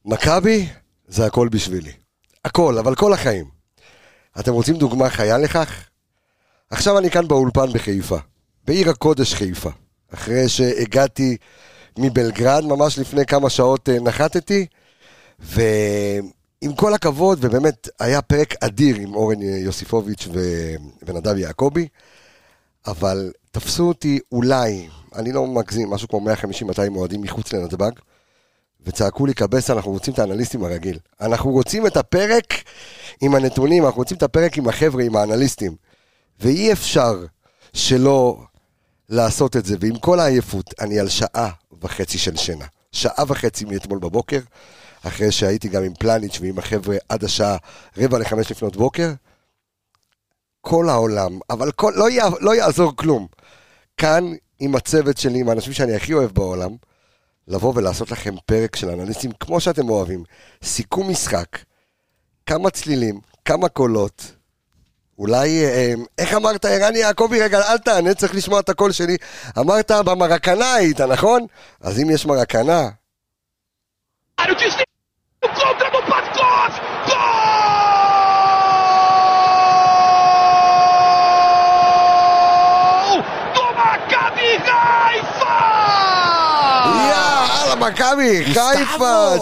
מכבי זה הכל בשבילי. הכל, אבל כל החיים. אתם רוצים דוגמה חיה לכך? עכשיו אני כאן באולפן בחיפה, בעיר הקודש חיפה. אחרי שהגעתי מבלגרד, ממש לפני כמה שעות נחתתי, ועם כל הכבוד, ובאמת היה פרק אדיר עם אורן יוסיפוביץ' ונדב יעקובי, אבל תפסו אותי אולי, אני לא מגזים, משהו כמו 150-200 מועדים מחוץ לנתב"ג, וצעקו לי קבסה, אנחנו רוצים את האנליסטים הרגיל. אנחנו רוצים את הפרק עם הנתונים, אנחנו רוצים את הפרק עם החבר'ה, עם האנליסטים. ואי אפשר שלא לעשות את זה, ועם כל העייפות, אני על 1.5 שעות של שינה. 1.5 שעות מאתמול בבוקר, אחרי שהייתי גם עם פלניץ' ועם החבר'ה עד השעה 4:45 לפנות בוקר. כל העולם, אבל לא יעזור כלום. כאן עם הצוות שלי, עם האנשים שאני הכי אוהב בעולם, לבוא ולעשות לכם פרק של אנליסטים כמו שאתם אוהבים, סיכום משחק, כמה צלילים, כמה קולות, אולי, איך אמרת, ערן יעקובי, רגע, אל תענה, צריך לשמוע את הקול שלי, אמרת במרקנה היית, נכון? אז אם יש מרקנה... מכבי, חיפה.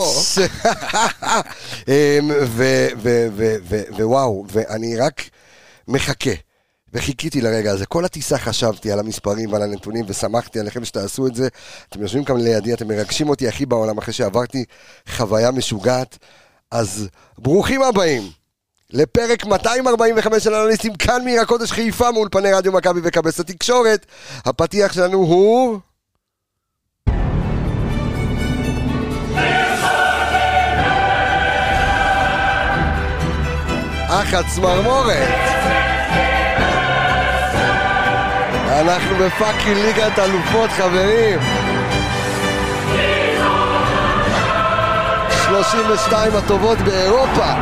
ווואו, ואני רק מחכה, וחיכיתי לרגע הזה. כל הטיסה חשבתי על המספרים ועל הנתונים, ושמחתי עליכם שתעשו את זה. אתם יושבים כאן לידי, אתם מרגשים אותי הכי בעולם, אחרי שעברתי חוויה משוגעת. אז ברוכים הבאים לפרק 245 של אנליסטים, כאן מעיר הקודש חיפה, מאולפני רדיו מכבי וקבס התקשורת. הפתיח שלנו הוא... אחת צמרמורת. אנחנו בפאקינג ליגת אלופות, חברים. 32 הטובות באירופה.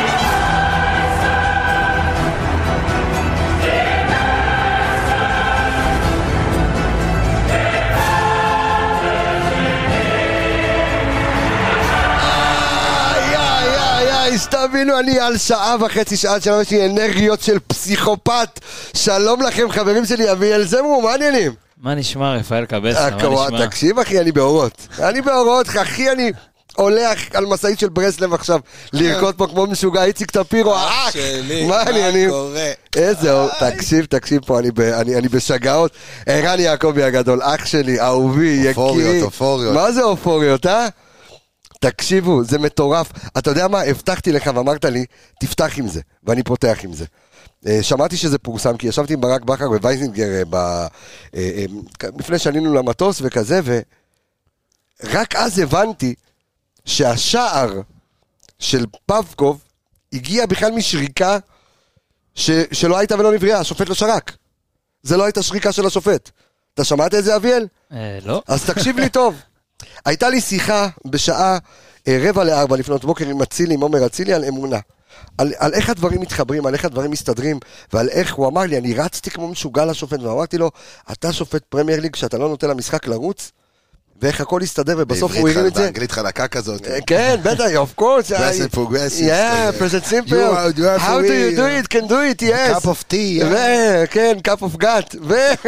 תבינו, אני על 1.5 שעות שלנו, יש לי אנרגיות של פסיכופת. שלום לכם חברים שלי, אביאל זמרו, מה העניינים? מה נשמע רפאל קבסה, מה נשמע? תקשיב אחי, אני באורות, אחי, אני עולה על מסעית של ברסלב עכשיו, לרקוד פה כמו משוגע, איציק טפירו, אח שלי, מה העניינים? איזה, תקשיב פה, אני בשגעות. ערן יעקובי הגדול, אח שלי, אהובי, יקי. אופוריות. מה זה אופוריות, תקשיבו, זה מטורף. אתה יודע מה? הבטחתי לך ואמרת לי, תפתח עם זה, ואני פותח עם זה. שמעתי שזה פורסם, כי ישבתי עם ברק בכר ווייזינגר לפני שעלינו למטוס וכזה, ורק אז הבנתי שהשער של פבקוב הגיע בכלל משריקה שלא הייתה ולא נבראה, השופט לא שרק. זה לא הייתה שריקה של השופט. אתה שמעת את זה, אביאל? לא. אז תקשיב לי טוב. הייתה לי שיחה בשעה 3:45 לפנות בוקר עם אצילי, עם עומר אצילי, על אמונה. על איך הדברים מתחברים, על איך הדברים מסתדרים, ועל איך הוא אמר לי, אני רצתי כמו משוגע לשופט, ואמרתי לו, אתה שופט פרמייר ליג שאתה לא נותן למשחק לרוץ, ואיך הכל יסתדר, ובסוף הוא הרים את זה. באנגלית חלקה כזאת. כן, בטח, of course. Present progressive. Yeah, present simple. How do you do it? Can do it, yes. Cup of tea. כן, cup of gut.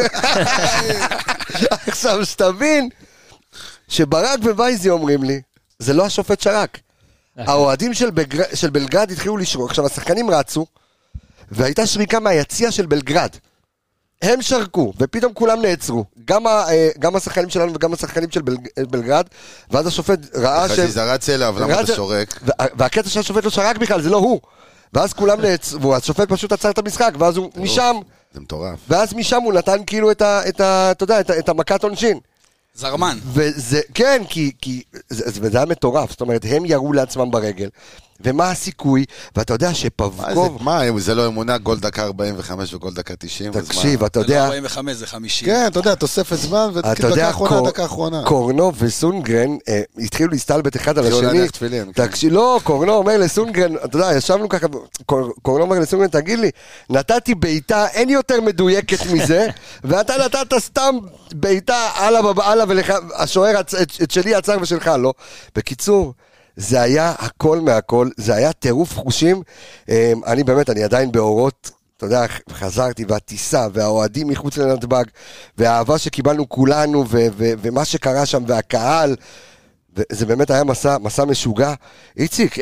עכשיו, שתבין, שברק ווייזי אומרים לי, זה לא השופט שרק. האוהדים של בלגרד התחילו לשרוק. עכשיו השחקנים רצו, והייתה שריקה מהיציאה של בלגרד. הם שרקו, ופתאום כולם נעצרו. גם השחקנים שלנו וגם השחקנים של בלגרד, ואז השופט ראה חזיזה רץ אליו, למה אתה שורק? והקטע שהשופט לא שרק בכלל, זה לא הוא. ואז כולם נעצרו, והשופט פשוט עצר את המשחק, ואז הוא משם... זה מטורף. ואז משם הוא נתן כאילו את המכת עונשין. זרמן. וזה, כן, כי זה היה מטורף, זאת אומרת, הם ירו לעצמם ברגל, ומה הסיכוי, ואתה יודע שפבקוב... מה, זה לא אמונה, גול דקה 45 וגול דקה 90. תקשיב, אתה יודע... זה לא 45, זה 50. כן, אתה יודע, תוספת זמן, ודקה אחרונה. קורנו וסונגרן התחילו להסתלבט אחד על השני. תקשיב, לא, קורנו אומר לסונגרן, אתה יודע, ישבנו ככה, קורנו אומר לסונגרן, תגיד לי, נתתי בעיטה, אין יותר מדויקת מזה, ואתה נתת סתם בעיטה, הלאה ולך, השוער את שלי עצר ושלך, לא. בקיצור, זה היה הכל מהכל, זה היה טירוף חושים, אני באמת, אני עדיין באורות, אתה יודע, חזרתי, והטיסה, והאוהדים מחוץ לנתב"ג, והאהבה שקיבלנו כולנו, ומה שקרה שם, והקהל, זה באמת היה מסע משוגע. איציק,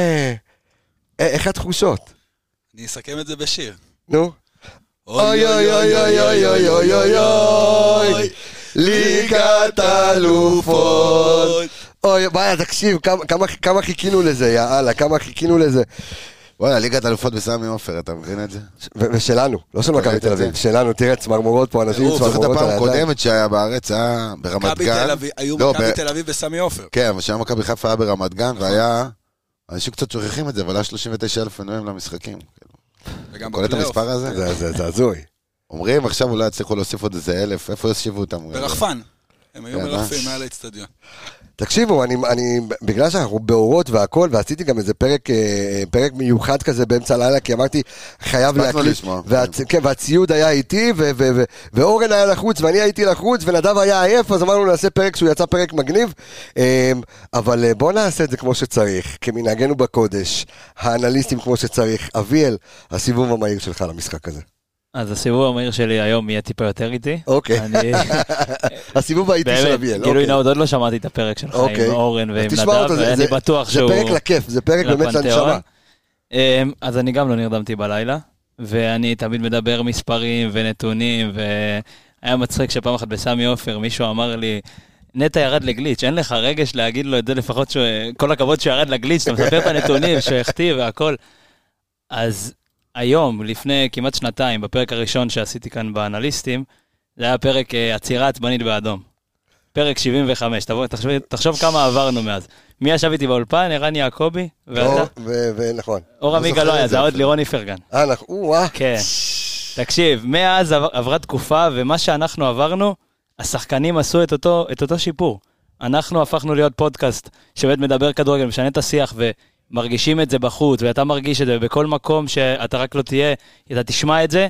איך התחושות? אני אסכם את זה בשיר. נו. אוי אוי אוי אוי אוי אוי אוי אוי אוי ליגת אלופות. אוי, ביי, תקשיב, כמה חיכינו לזה, יאללה, כמה חיכינו לזה. וואלה, ליגת אלופות בסמי עופר, אתה מבין את זה? ושלנו, לא של מכבי תל אביב, שלנו, תראה, צמרמורות פה, אנשים צמרמורות על הידיים. הפעם הקודמת שהיה בארץ, היה ברמת גן. היו מכבי תל אביב בסמי עופר. כן, אבל שהיה מכבי חיפה היה ברמת גן, והיה, אנשים קצת שוכחים את זה, אבל היה 39,000 מנויים למשחקים. קולט את המספר הזה? זה הזוי. אומרים, עכשיו אולי הצליחו להוסיף עוד איזה 1,000, איפה יוסיפו אותם? ברחפן. הם היו מרחפים מעל האצטדיון. תקשיבו, בגלל שאנחנו באורות והכל, ועשיתי גם איזה פרק מיוחד כזה באמצע הלילה, כי אמרתי, חייב להקליט, והציוד היה איתי, ואורן היה לחוץ, ואני הייתי לחוץ, ונדב היה עייף, אז אמרנו נעשה פרק שהוא יצא פרק מגניב, אבל בואו נעשה את זה כמו שצריך, כמנהגנו בקודש, האנליסטים כמו שצריך. אביאל, הסיבוב המהיר שלך למשחק הזה. אז הסיבוב המהיר שלי היום יהיה טיפה יותר איתי. אוקיי. הסיבוב האיטי של אביאל. גילוי נאות, עוד לא שמעתי את הפרק שלך עם אורן ועם נדב, ואני בטוח שהוא... זה פרק לכיף, זה פרק באמת לנשמה. אז אני גם לא נרדמתי בלילה, ואני תמיד מדבר מספרים ונתונים, והיה מצחיק שפעם אחת בסמי עופר, מישהו אמר לי, נטע ירד לגליץ', אין לך רגש להגיד לו את זה לפחות, כל הכבוד שהוא ירד לגליץ', אתה מספר את הנתונים, שהכתיב והכל. אז היום, לפני כמעט שנתיים, בפרק הראשון שעשיתי כאן באנליסטים, זה היה פרק עצירה עצבנית באדום. פרק 75, תחשוב כמה עברנו מאז. מי ישב איתי באולפן? ערן יעקובי, ואתה? ונכון. אור עמיגה לא היה, זה עוד לירון איפרגן. נכון, כן. תקשיב, מאז עברה תקופה, ומה שאנחנו עברנו, השחקנים עשו את אותו שיפור. אנחנו הפכנו להיות פודקאסט, שבאמת מדבר כדורגל, משנה את השיח, מרגישים את זה בחוץ, ואתה מרגיש את זה בכל מקום שאתה רק לא תהיה, אתה תשמע את זה,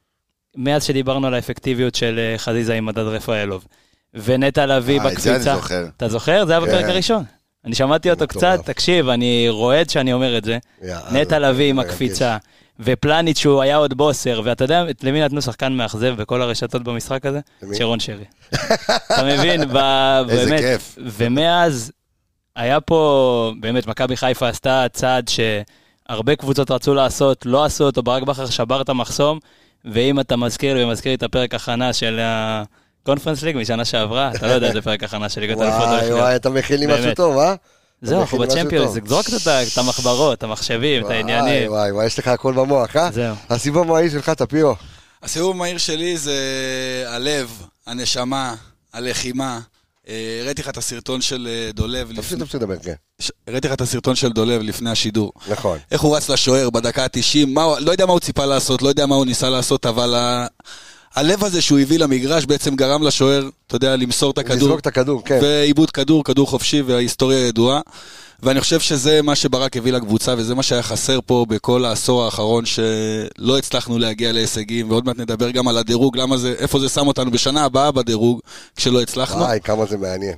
מאז שדיברנו על האפקטיביות של חזיזה עם מדד רפאלוב. ונטע לביא בקפיצה. את זה אני זוכר. אתה זוכר? זה היה בפרק הראשון. אני שמעתי אותו קצת, תקשיב, אני רועד שאני אומר את זה. נטע לביא עם הקפיצה, ופלניץ' שהוא היה עוד בוסר, ואתה יודע, למי נתנו שחקן מאכזב בכל הרשתות במשחק הזה? שרון שרי. אתה מבין? איזה כיף. ומאז היה פה, באמת, מכבי חיפה עשתה צעד שהרבה קבוצות רצו לעשות, לא עשו אותו, ברק בכר שבר את המחסום, ואם אתה מזכיר את הפרק הכנה של הקונפרנס ליג משנה שעברה, אתה לא יודע איזה פרק הכנה של ליגת האלופות. וואי, אתה מכין לי משהו טוב, אה? זהו, אנחנו בצ'מפיונס, זה זרוק את המחברות, המחשבים, את העניינים. וואי, יש לך הכל במוח, אה? זהו. הסיבוב המהיר שלך, טפירו. הסיבוב המהיר שלי זה הלב, הנשמה, הלחימה. הראיתי לך את הסרטון של דולב. תפסיק לדבר, כן. הראיתי לך את הסרטון של דולב לפני השידור. נכון. איך הוא רץ לשוער בדקה ה-90, לא יודע מה הוא ציפה לעשות, לא יודע מה הוא ניסה לעשות, אבל הלב הזה שהוא הביא למגרש בעצם גרם לשוער, אתה יודע, למסור את הכדור. לזרוק את הכדור, כן. ואיבוד כדור חופשי, וההיסטוריה ידועה. ואני חושב שזה מה שברק הביא לקבוצה, וזה מה שהיה חסר פה בכל העשור האחרון, שלא הצלחנו להגיע להישגים, ועוד מעט נדבר גם על הדירוג, איפה זה שם אותנו בשנה הבאה בדירוג, כשלא הצלחנו. וואי, כמה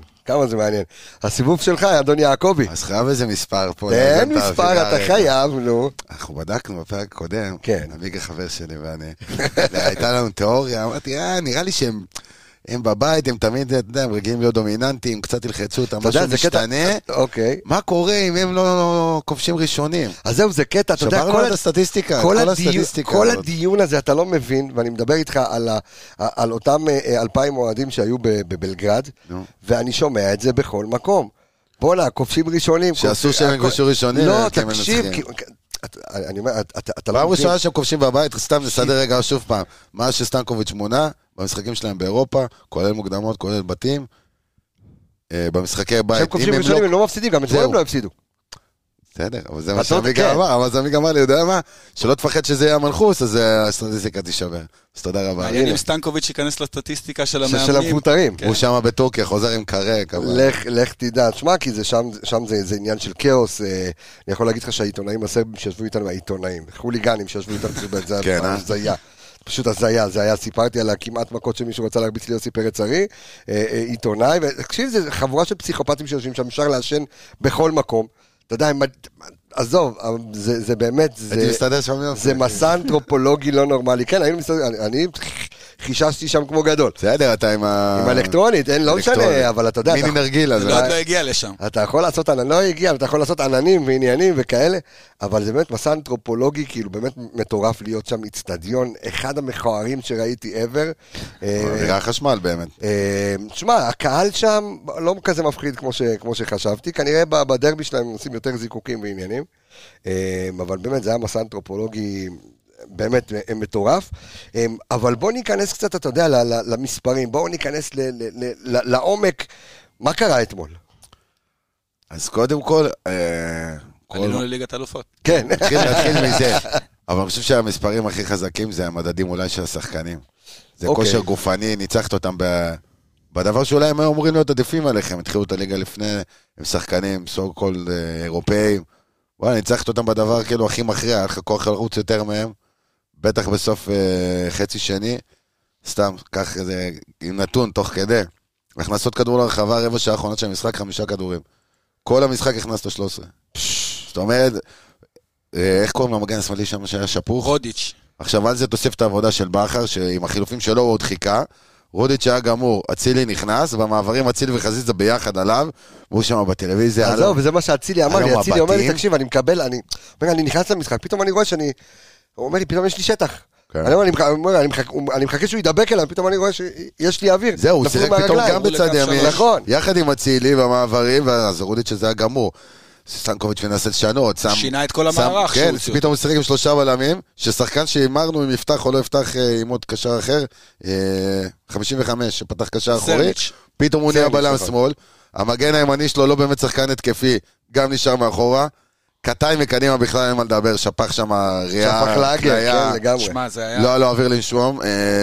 זה מעניין. הסיבוב שלך, אדון יעקבי. אז חייב איזה מספר פה. אין מספר, אתה חייב, נו. אנחנו בדקנו בפרק קודם, כן. נביג החבר שלי ואני, הייתה לנו תיאוריה, אמרתי, נראה לי שהם בבית, הם תמיד, אתה יודע, הם רגילים להיות דומיננטיים, קצת ילחצו אותם, משהו משתנה. אוקיי. מה קורה אם הם לא כובשים ראשונים? אז זהו, זה קטע, אתה יודע, שברנו את הסטטיסטיקה, כל הדיון הזה, אתה לא מבין, ואני מדבר איתך על אותם 2,000 אוהדים שהיו בבלגרד, ואני שומע את זה בכל מקום. בוא'נה, כובשים ראשונים. שעשו שהם כובשו ראשונים. לא, תקשיב, אני אומר, אתה לא פעם ראשונה שהם כובשים בבית, סתם נסדר רגע שוב פעם, מה שסטנקוביץ' מונה, במשחקים שלהם באירופה, כולל מוקדמות, כולל בתים, במשחקי בית. שהם כובשים ראשונים, הם לא מפסידים, גם את זה הם לא הפסידו. בסדר, אבל זה מה שעמיגה אמר, אבל זה עמיגה אמר לי, יודע מה? שלא תפחד שזה יהיה המנחוס, אז הסטטיסטיקה תישבר. אז תודה רבה. מעניין אם סטנקוביץ' ייכנס לסטטיסטיקה של המאמנים. של המפוטרים. הוא שם בטורקיה, חוזר עם קרק. לך תדע, תשמע, כי שם זה עניין של כאוס. אני יכול להגיד לך שהעיתונאים הסרבים שישבו איתנו, העיתונאים, חוליגנים שישבו איתנו, זה הזיה. פשוט הזיה, זה היה, סיפרתי על הכמעט מכות שמישהו רצה להרביץ לי יוסי פרץ ארי, עיתונאי, ותקשיב, זה חבורה של פסיכופטים שיושבים שם, אפשר לעשן בכל מקום. אתה יודע, עזוב, זה באמת, הייתי מסתדר שם יופי. זה מסע אנתרופולוגי לא נורמלי. כן, אני חיששתי שם כמו גדול. בסדר, אתה עם אלקטרונית, לא משנה, אבל אתה יודע... מיני נרגילה. זה עוד לא הגיע לשם. אתה יכול לעשות, לא הגיע, אתה יכול לעשות עננים ועניינים וכאלה, אבל זה באמת מסע אנתרופולוגי, כאילו באמת מטורף להיות שם אצטדיון, אחד המכוערים שראיתי ever. נראה חשמל באמת. תשמע, הקהל שם לא כזה מפחיד כמו שחשבתי, כנראה בדרבי שלהם עושים יותר זיקוקים ועניינים, אבל באמת זה היה מסע אנתרופולוגי באמת מטורף, אבל בואו ניכנס קצת, אתה יודע, למספרים, בואו ניכנס לעומק, מה קרה אתמול? אז קודם כל... עלינו לליגת אלופות. כן. נתחיל מזה. אבל אני חושב שהמספרים הכי חזקים זה המדדים אולי של השחקנים. זה כושר גופני, ניצחת אותם בדבר שאולי הם אמורים להיות עדיפים עליכם, התחילו את הליגה לפני, הם שחקנים, סו קול אירופאים, וואלה, ניצחת אותם בדבר כאילו הכי מכריע, היה לך כוח לרוץ יותר מהם, בטח בסוף חצי שני, סתם, כך איזה נתון תוך כדי, הכנסות כדור לרחבה, רבע שעה האחרונות של המשחק, 5 כדורים. כל המשחק הכנסת 13. זאת אומרת, איך קוראים למגן השמאלי שם שהיה שפוך? רודיץ'. עכשיו על זה תוסף את העבודה של בכר, שעם החילופים שלו הוא עוד חיכה, רודיץ' היה גמור, אצילי נכנס, במעברים אצילי וחזיזה ביחד עליו, והוא שם בטלוויזיה. אז זהו, וזה מה שאצילי אמר לי, אצילי אומר לי, תקשיב, אני מקבל, אני נכנס למשחק, פתאום אני רואה שאני, הוא אומר לי, פתאום יש לי שטח. אני מחכה שהוא ידבק אליי, פתאום אני רואה שיש לי אוויר. זהו, הוא שיחק פתאום גם בצד ימין, יחד עם אצילי במעברים, ואז רודיץ' שזה היה גמור. סטנקוביץ' ונסה לשנות, שינה את כל המערך. כן, פתאום הוא שיחק עם 3 בלמים, ששחקן שאמרנו אם יפתח או לא יפתח עם עוד קשר אחר, 55 שפתח קשר אחורי, פתאום הוא נהיה בלם שמאל, המגן הימני שלו לא באמת שחקן התקפי, גם נשאר מאחורה, קטיים וקדימה בכלל אין מה לדבר, שפך שם ריאה, שפך לאגר, כן, לגמרי. שמה, זה היה... לא אוויר לנשום,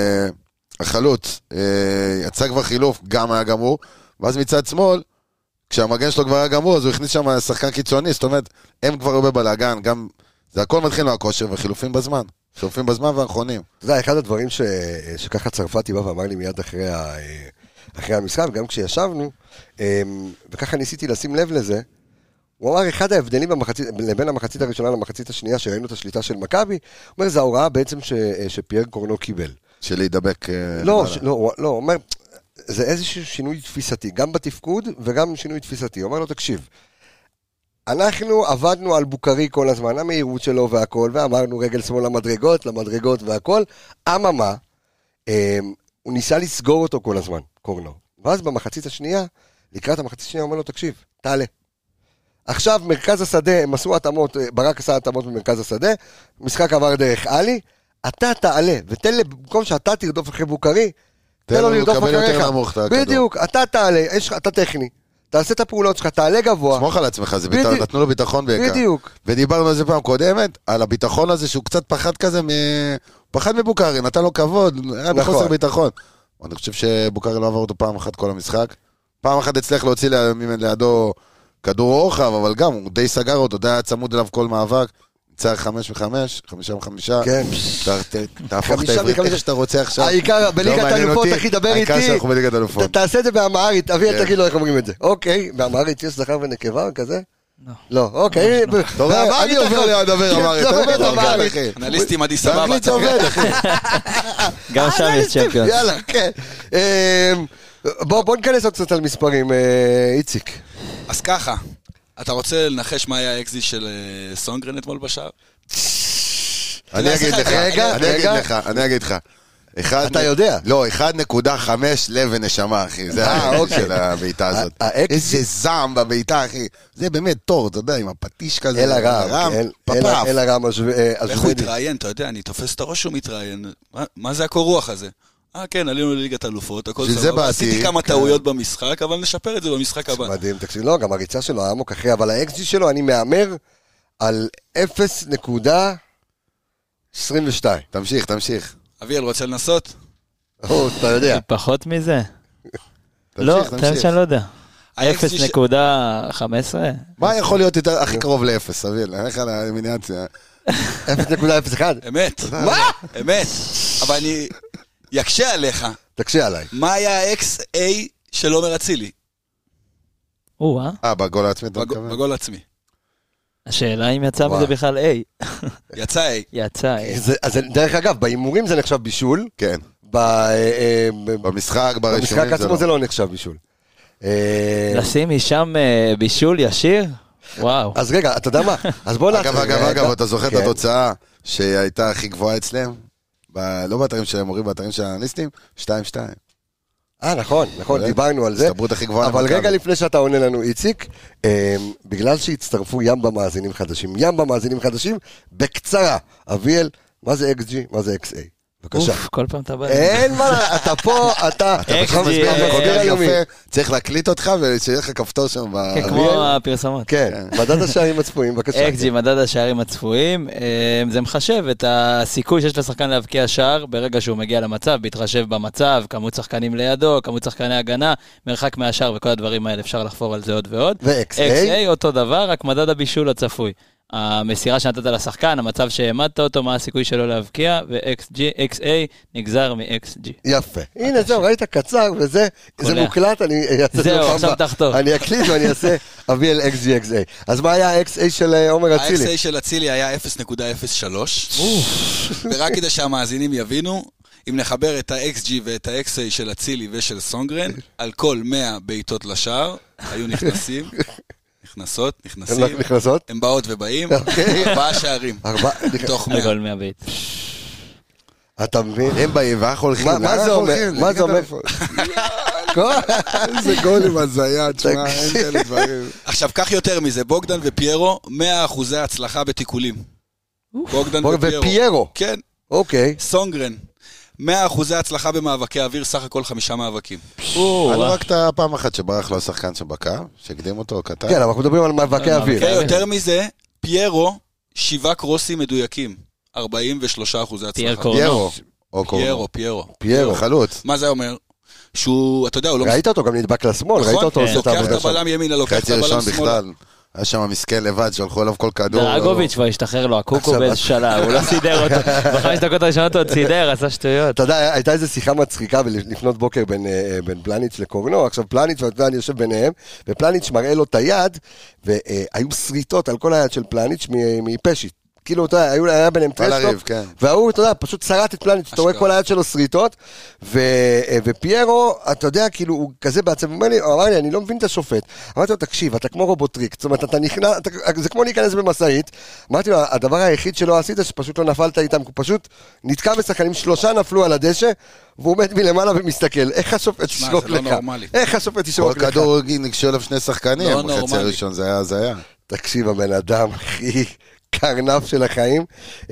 החלוץ, יצא כבר חילוף, גם היה גמור, ואז מצד שמאל, כשהמגן שלו כבר היה גמור, אז הוא הכניס שם שחקן קיצוני, זאת אומרת, הם כבר הרבה בלאגן, גם, זה הכל מתחיל מהכושר, וחילופים בזמן, חילופים בזמן והאחרונים. אתה יודע, אחד הדברים שככה צרפתי בא ואמר לי מיד אחרי המשחק, גם כשישבנו, וככה ניסיתי לשים לב לזה, הוא אמר, אחד ההבדלים לבין המחצית הראשונה למחצית השנייה, שראינו את השליטה של מכבי, הוא אומר, זה ההוראה בעצם שפייר קורנו קיבל. של להידבק... לא, הוא אומר... זה איזשהו שינוי תפיסתי, גם בתפקוד וגם שינוי תפיסתי. הוא אומר לו, תקשיב, אנחנו עבדנו על בוקרי כל הזמן, המהירות שלו והכל, ואמרנו רגל שמאל למדרגות והכל, אממה, הוא ניסה לסגור אותו כל הזמן, קורנו. ואז במחצית השנייה, לקראת המחצית השנייה, הוא אומר לו, תקשיב, תעלה. עכשיו מרכז השדה, הם עשו התאמות, ברק עשה התאמות במרכז השדה, משחק עבר דרך אלי, אתה תעלה, ותן במקום שאתה תרדוף אחרי בוקרי, תן לו לרדוף אחריך, בדיוק, אתה תעלה, אתה טכני, תעשה את הפעולות שלך, תעלה גבוה. שמוך על עצמך, נתנו לו ביטחון בעיקר. בדיוק. ודיברנו על זה פעם קודמת, על הביטחון הזה שהוא קצת פחד כזה, פחד מבוקרי, נתן לו כבוד, היה בחוסר ביטחון. אני חושב שבוקרי לא עבר אותו פעם אחת כל המשחק, פעם אחת הצליח להוציא לידו כדור רוחב, אבל גם הוא די סגר אותו, די היה צמוד אליו כל מאבק, צער 5 ו5, 5 ו5, כן. תהפוך את העברית איך שאתה רוצה עכשיו. העיקר, בליגת האלופות, אחי, דבר איתי. העיקר שאנחנו בליגת האלופות. תעשה את זה באמהרית, אבי, תגיד לו איך אומרים את זה. אוקיי, באמהרית יש זכר ונקבה כזה? לא. אוקיי. אני עובר לדבר אמהרית. אנליסטים עדי סבבה. באנגלית עובד, אחי. גם שם יש צ'מפיונס. יאללה, כן. בוא ניכנס עוד קצת על מספרים, איציק. אז ככה. אתה רוצה לנחש מה היה האקזיט של סונגרן אתמול בשער? אני אגיד לך. אתה יודע? לא, 1.5 לב ונשמה, אחי. זה האקזיט של הביתה הזאת. איזה זעם בביתה, אחי. זה באמת תור, אתה יודע, עם הפטיש כזה. אל הרם. איך הוא התראיין, אתה יודע, אני תופס את הראש שהוא מתראיין. מה זה הקור רוח הזה? כן, עלינו לליגת אלופות, הכל סבבה, עשיתי כמה טעויות במשחק, אבל נשפר את זה במשחק הבא. מדהים, תקשיב, לא, גם הריצה שלו היה עמוק אחרי, אבל האקסג'י שלו, אני מאמר על 0.22. תמשיך. אביאל, רוצה לנסות? אתה יודע. פחות מזה. לא, תמיד שאני לא יודע. 0.15? מה יכול להיות הכי קרוב ל-0, אביאל? איך על המיניאציה? 0.01. אמת. מה? אמת. אבל אני... יקשה עליך. תקשה עליי. מה היה ה-XA של עומר אצילי? בגול העצמי. בגול העצמי. השאלה אם יצא מזה בכלל A. יצא A. יצא A. אז דרך אגב, בהימורים זה נחשב בישול. כן. במשחק, במשחק עצמו זה לא נחשב בישול. לשים משם בישול ישיר? וואו. אז רגע, אתה יודע מה? אז בוא נעשה. אגב, אתה זוכר את התוצאה שהייתה הכי גבוהה אצלם? לא באתרים של המורים, באתרים של האנליסטים? 2-2. נכון, דיברנו על זה. הסתברות הכי גבוהה. אבל רגע לפני שאתה עונה לנו, איציק, בגלל שהצטרפו ים במאזינים חדשים, בקצרה, אביאל, מה זה XG, מה זה XA? בבקשה. כל פעם אתה בא. אין מה, אתה פה, אתה צריך להקליט אותך ושיהיה לך כפתור שם. כמו הפרסומות. כן, מדד השערים הצפויים, בבקשה. XG, מדד השערים הצפויים, זה מחשב את הסיכוי שיש לשחקן להבקיע שער ברגע שהוא מגיע למצב, בהתחשב במצב, כמות שחקנים לידו, כמות שחקני הגנה, מרחק מהשער וכל הדברים האלה, אפשר לחפור על זה עוד ועוד. ו-XA? אותו דבר, רק מדד הבישול הצפוי. המסירה שנתת לשחקן, המצב שהעמדת אותו, מה הסיכוי שלו להבקיע, ו-XA נגזר מ-XG. יפה. הנה זהו, ראית קצר, וזה מוקלט, אני אעשה זהו, עכשיו תחתור. אני אקליט ואני אעשה אביאל XG, XA. אז מה היה ה-XA של עומר אצילי? ה-XA של אצילי היה 0.03, ורק כדי שהמאזינים יבינו, אם נחבר את ה-XG ואת ה-XA של אצילי ושל סונגרן, על כל 100 בעיטות לשער, היו נכנסים. נכנסות, הם באות ובאים, 4 שערים. תוך 100. הגול מהבית. אתה מבין? הם באיבך הולכים. מה זה אומר? מה זה אומר? איזה גולים הזיה, תשמע, אין כאלה דברים. עכשיו, כך יותר מזה, בוגדן ופיירו, 100% הצלחה בתיקולים. בוגדן ופיירו? כן. אוקיי. סונגרן. 100% הצלחה במאבקי אוויר, סך הכל 5 מאבקים. אני רק את הפעם אחת שברח לו השחקן שבקע, שהקדים אותו, קטן. כן, אבל אנחנו מדברים על מאבקי אוויר. יותר מזה, פיירו, 7 קרוסים מדויקים, 43% הצלחה. פיירו, חלוץ. מה זה אומר? שהוא, אתה יודע, הוא לא... ראית אותו גם נדבק לשמאל, ראית אותו עושה את העבודה לוקח את הבלם ימינה, לוקח את הבלם שמאלה. היה שם מסכן לבד, שהלכו עליו כל כדור. דרגוביץ' כבר השתחרר לו, הקוקו באיזה שלב, הוא לא סידר אותו. ב5 דקות הראשונות הוא עוד סידר, עשה שטויות. אתה יודע, הייתה איזו שיחה מצחיקה לפנות בוקר בין פלניץ' לקורנו, עכשיו פלניץ' ואני יושב ביניהם, ופלניץ' מראה לו את היד, והיו שריטות על כל היד של פלניץ' מפשית. כאילו, אתה יודע, היה ביניהם טרשטופ, והוא, אתה יודע, פשוט שרט את פלניץ', אתה רואה כל היד שלו שריטות, ופיירו, אתה יודע, כאילו, הוא כזה בעצם, הוא אמר לי, אני לא מבין את השופט. אמרתי לו, תקשיב, אתה כמו רובוטריק, זאת אומרת, אתה נכנס, זה כמו להיכנס במסעית, אמרתי לו, הדבר היחיד שלא עשית, שפשוט לא נפלת איתם, הוא פשוט נתקע בשחקנים, 3 נפלו על הדשא, והוא עומד מלמעלה ומסתכל, איך השופט ישרוק לך? איך השופט ישרוק לך? כל כדור נקשו עליו 2 שחקנים, בחצי הראשון, זה היה הזיה. תקשיב, הבן אדם, אחי, קרנף של החיים.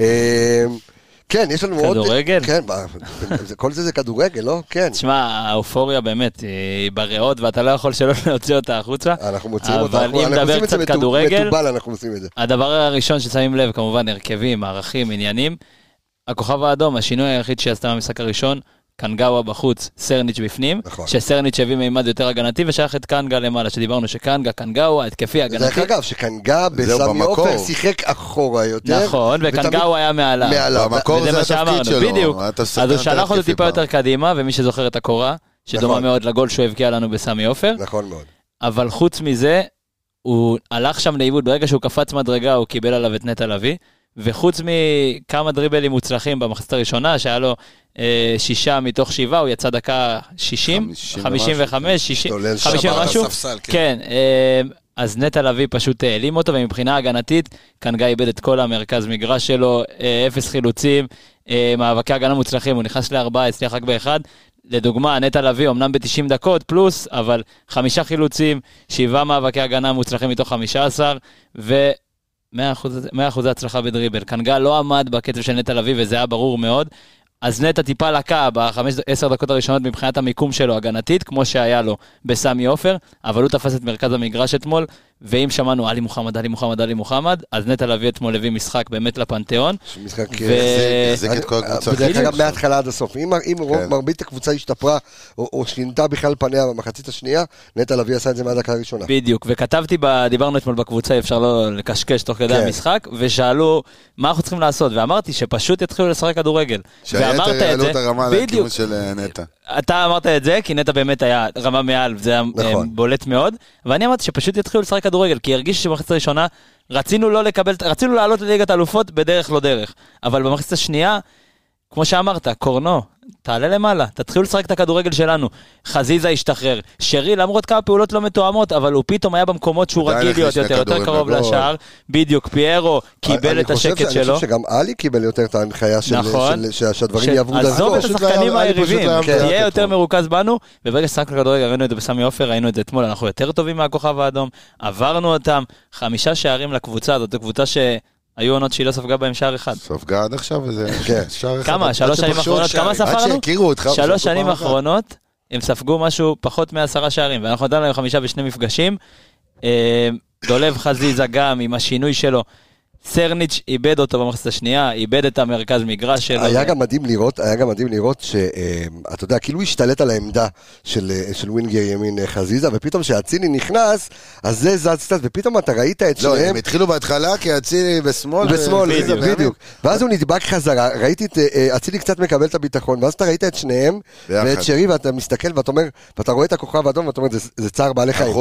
כן, יש לנו עוד... כדורגל? כן, כל זה כדורגל, לא? כן. תשמע, האופוריה באמת היא בריאות, ואתה לא יכול שלא להוציא אותה החוצה. אנחנו מוציאים אותה. אבל אם נדבר קצת כדורגל, מטובל אנחנו עושים את זה. הדבר הראשון ששמים לב, כמובן, הרכבים, מערכים, עניינים. הכוכב האדום, השינוי היחיד שעשתה במשחק הראשון, קנגאווה בחוץ, סרניץ' בפנים, שסרניץ' הביא מימד יותר הגנתי ושייך את קנגה למעלה, שדיברנו קנגאווה, התקפי, הגנתי. דרך אגב, שקנגה בסמי עופר שיחק אחורה יותר. נכון, וקנגאווה היה מעלה. במקור זה התפקיד שלו. בדיוק. אז הוא שלח אותו טיפה יותר קדימה, ומי שזוכר את הקורה, שדומה מאוד לגול שהוא הבקיע לנו בסמי עופר. נכון מאוד. אבל חוץ מזה, הוא הלך שם לאיבוד, ברגע שהוא קפץ מדרגה, הוא קיבל עליו את נטע לביא. וחוץ מכמה דריבלים מוצלחים במחצית הראשונה, שהיה לו 6 מתוך 7, הוא יצא דקה 60, 55, 60, 50 משהו. כן, אז נטע לביא פשוט העלים אותו, ומבחינה הגנתית, קנגה איבד את כל המרכז מגרש שלו, 0 חילוצים, מאבקי הגנה מוצלחים, הוא נכנס ל4, הצליח רק ב1. לדוגמה, נטע לביא, אמנם ב-90 דקות פלוס, אבל 5 חילוצים, 7 מאבקי הגנה מוצלחים מתוך 15, 100% הצלחה בדריבל. קנגה לא עמד בקצב של נטע לביא, וזה היה ברור מאוד. אז נטע טיפה לקה ב-5-10 דקות הראשונות מבחינת המיקום שלו הגנתית, כמו שהיה לו בסמי עופר, אבל הוא תפס את מרכז המגרש אתמול, ואם שמענו עלי מוחמד, אז נטע לביא אתמול הביא משחק באמת לפנתיאון. משחק החזיק את כל הקבוצה. בדרך כלל מההתחלה עד הסוף. אם מרבית הקבוצה השתפרה, או שינתה בכלל פניה במחצית השנייה, נטע לביא עשה את זה מהדקה הראשונה. בדיוק, וכתבתי, דיברנו אתמול בקבוצה, אפשר לא לקשקש תוך כדי המשחק, ושאלו מה אנחנו צריכים לעשות, ואמרתי שפשוט יתחילו לשחק כדורגל. שהיתר העלו את הרמה לכיוון של נטע. אתה אמרת את זה, כי נטע באמת היה רמה מעל, וזה היה בולט מאוד, ואני אמרתי שפשוט יתחילו לשחק כדורגל, כי הרגיש שבמחצית הראשונה רצינו לעלות לליגת האלופות בדרך לא דרך, אבל במחצית השנייה, כמו שאמרת, קורנו, תעלה למעלה, תתחילו לשחק את הכדורגל שלנו. חזיזה השתחרר. שרי, למרות כמה פעולות לא מתואמות, אבל הוא פתאום היה במקומות שהוא רגיל להיות יותר קרוב לשער. בדיוק, פיירו קיבל את השקט שלו. אני חושב שגם אלי קיבל יותר את ההנחיה שהדברים יעברו דרכו. עזוב את השחקנים היריבים, תהיה יותר מרוכז בנו, וברגע ששחקנו לכדורגל, ראינו את זה בסמי עופר, ראינו את זה אתמול, אנחנו יותר טובים מהכוכב האדום, עברנו אותם, 5 שערים לקבוצה, זאת קבוצה היו עונות שהיא לא ספגה בהם שער אחד. ספגה עד עכשיו וזה שער אחד. כמה? 3 שנים אחרונות, כמה ספרנו? 3 שנים אחרונות, הם ספגו משהו פחות מ10 שערים, ואנחנו נתנו להם 5 בשני מפגשים. דולב חזיזה גם עם השינוי שלו, סרניץ' איבד אותו במחצית השנייה, איבד את המרכז מגרש שלו. היה גם מדהים לראות שאתה יודע, כאילו השתלט על העמדה של ווינגר ימין חזיזה, ופתאום שהצילי נכנס, אז זה זז קצת, ופתאום אתה ראית את שניהם. לא, הם התחילו בהתחלה, כי הצילי בשמאל. בדיוק. ואז הוא נדבק חזרה, ראיתי את הצילי קצת מקבל את הביטחון, ואז אתה ראית את שניהם, ואת שרי, ואתה מסתכל, ואתה רואה את הכוכב האדום, ואתה אומר, זה צער בעלי חיים.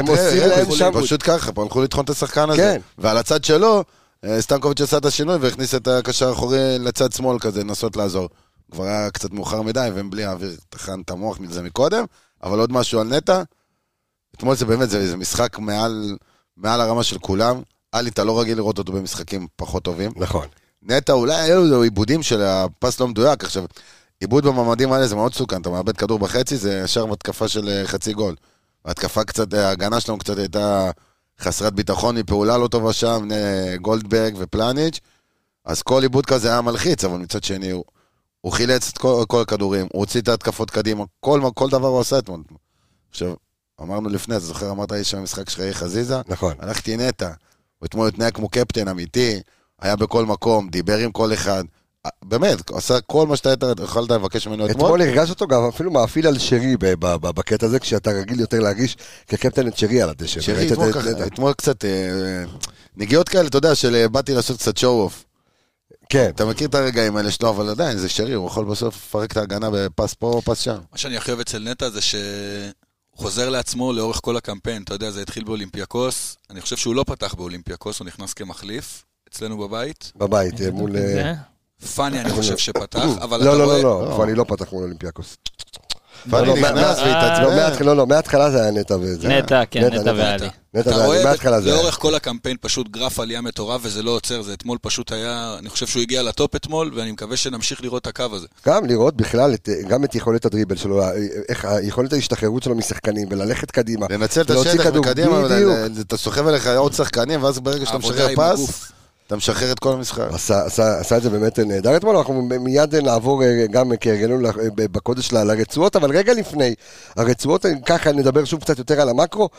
פשוט ככה, הלכו לטחון את השחקן הזה, ועל הצד שלו סטנקוביץ' עשה את השינוי והכניס את הקשר האחורי לצד שמאל כזה, לנסות לעזור. כבר היה קצת מאוחר מדי, והם בלי האוויר תחן את המוח מזה מקודם, אבל עוד משהו על נטע. אתמול זה באמת, זה משחק מעל הרמה של כולם. אלי, אתה לא רגיל לראות אותו במשחקים פחות טובים. נכון. נטע, אולי היו לו עיבודים של הפס לא מדויק. עכשיו, עיבוד במעמדים האלה זה מאוד סוכן, אתה מאבד כדור בחצי, זה ישר מתקפה של חצי גול. ההתקפה קצת, ההגנה שלנו קצת הייתה חסרת ביטחון מפעולה לא טובה שם, גולדברג ופלניץ', אז כל עיבוד כזה היה מלחיץ, אבל מצד שני הוא חילץ את כל הכדורים, הוא הוציא את ההתקפות קדימה, כל דבר הוא עשה אתמול. עכשיו, אמרנו לפני, אתה זוכר, אמרת לי שהמשחק שלך יהיה חזיזה? נכון. הלכתי נטע, הוא אתמול התנהג כמו קפטן אמיתי, היה בכל מקום, דיבר עם כל אחד, באמת, עשה כל מה שאתה יכולת לבקש ממנו אתמול. אתמול הרגש אותו גם אפילו מאפיל על שרי בקטע הזה, כשאתה רגיל יותר להרגיש כקפטן את שרי על הדשא. שרי אתמול קצת נגיעות כאלה, אתה יודע, של באתי לעשות קצת שואו-אוף. כן. אתה מכיר את הרגעים האלה שלו, אבל עדיין זה שרי, הוא יכול בסוף לפרק את ההגנה בפס פה או פס שם. מה שאני הכי אוהב אצל נטע זה שהוא חוזר לעצמו לאורך כל הקמפיין, אתה יודע, זה התחיל באולימפיאקוס, אני חושב שהוא לא פתח באולימפיאקוס, הוא נכנס כמחליף, אצלנו בבית. בבית, מול... פני אני חושב שפתח, אבל אתה רואה... לא, פני לא פתח מול אולימפיאקוס. פני נכנס והתעצבן. לא, מההתחלה זה היה נטע וזה. נטע, כן, נטע ואלי. אתה רואה לאורך כל הקמפיין פשוט גרף עלייה מטורף, וזה לא עוצר, זה אתמול פשוט היה, אני חושב שהוא הגיע לטופ אתמול, ואני מקווה שנמשיך לראות את הקו הזה. גם לראות בכלל, גם את יכולת הדריבל שלו, יכולת ההשתחררות שלו משחקנים, וללכת קדימה. לנצל את השטח וקדימה, אתה סוחב עליך עוד שחקנים, ואז ברגע שאתה משחרר פס, אתה משחרר את כל המשחק. עשה את זה באמת נהדר אתמול, אנחנו מיד נעבור גם כהרגלנו בקודש לרצועות, אבל רגע לפני הרצועות, ככה נדבר שוב קצת יותר על המקרו.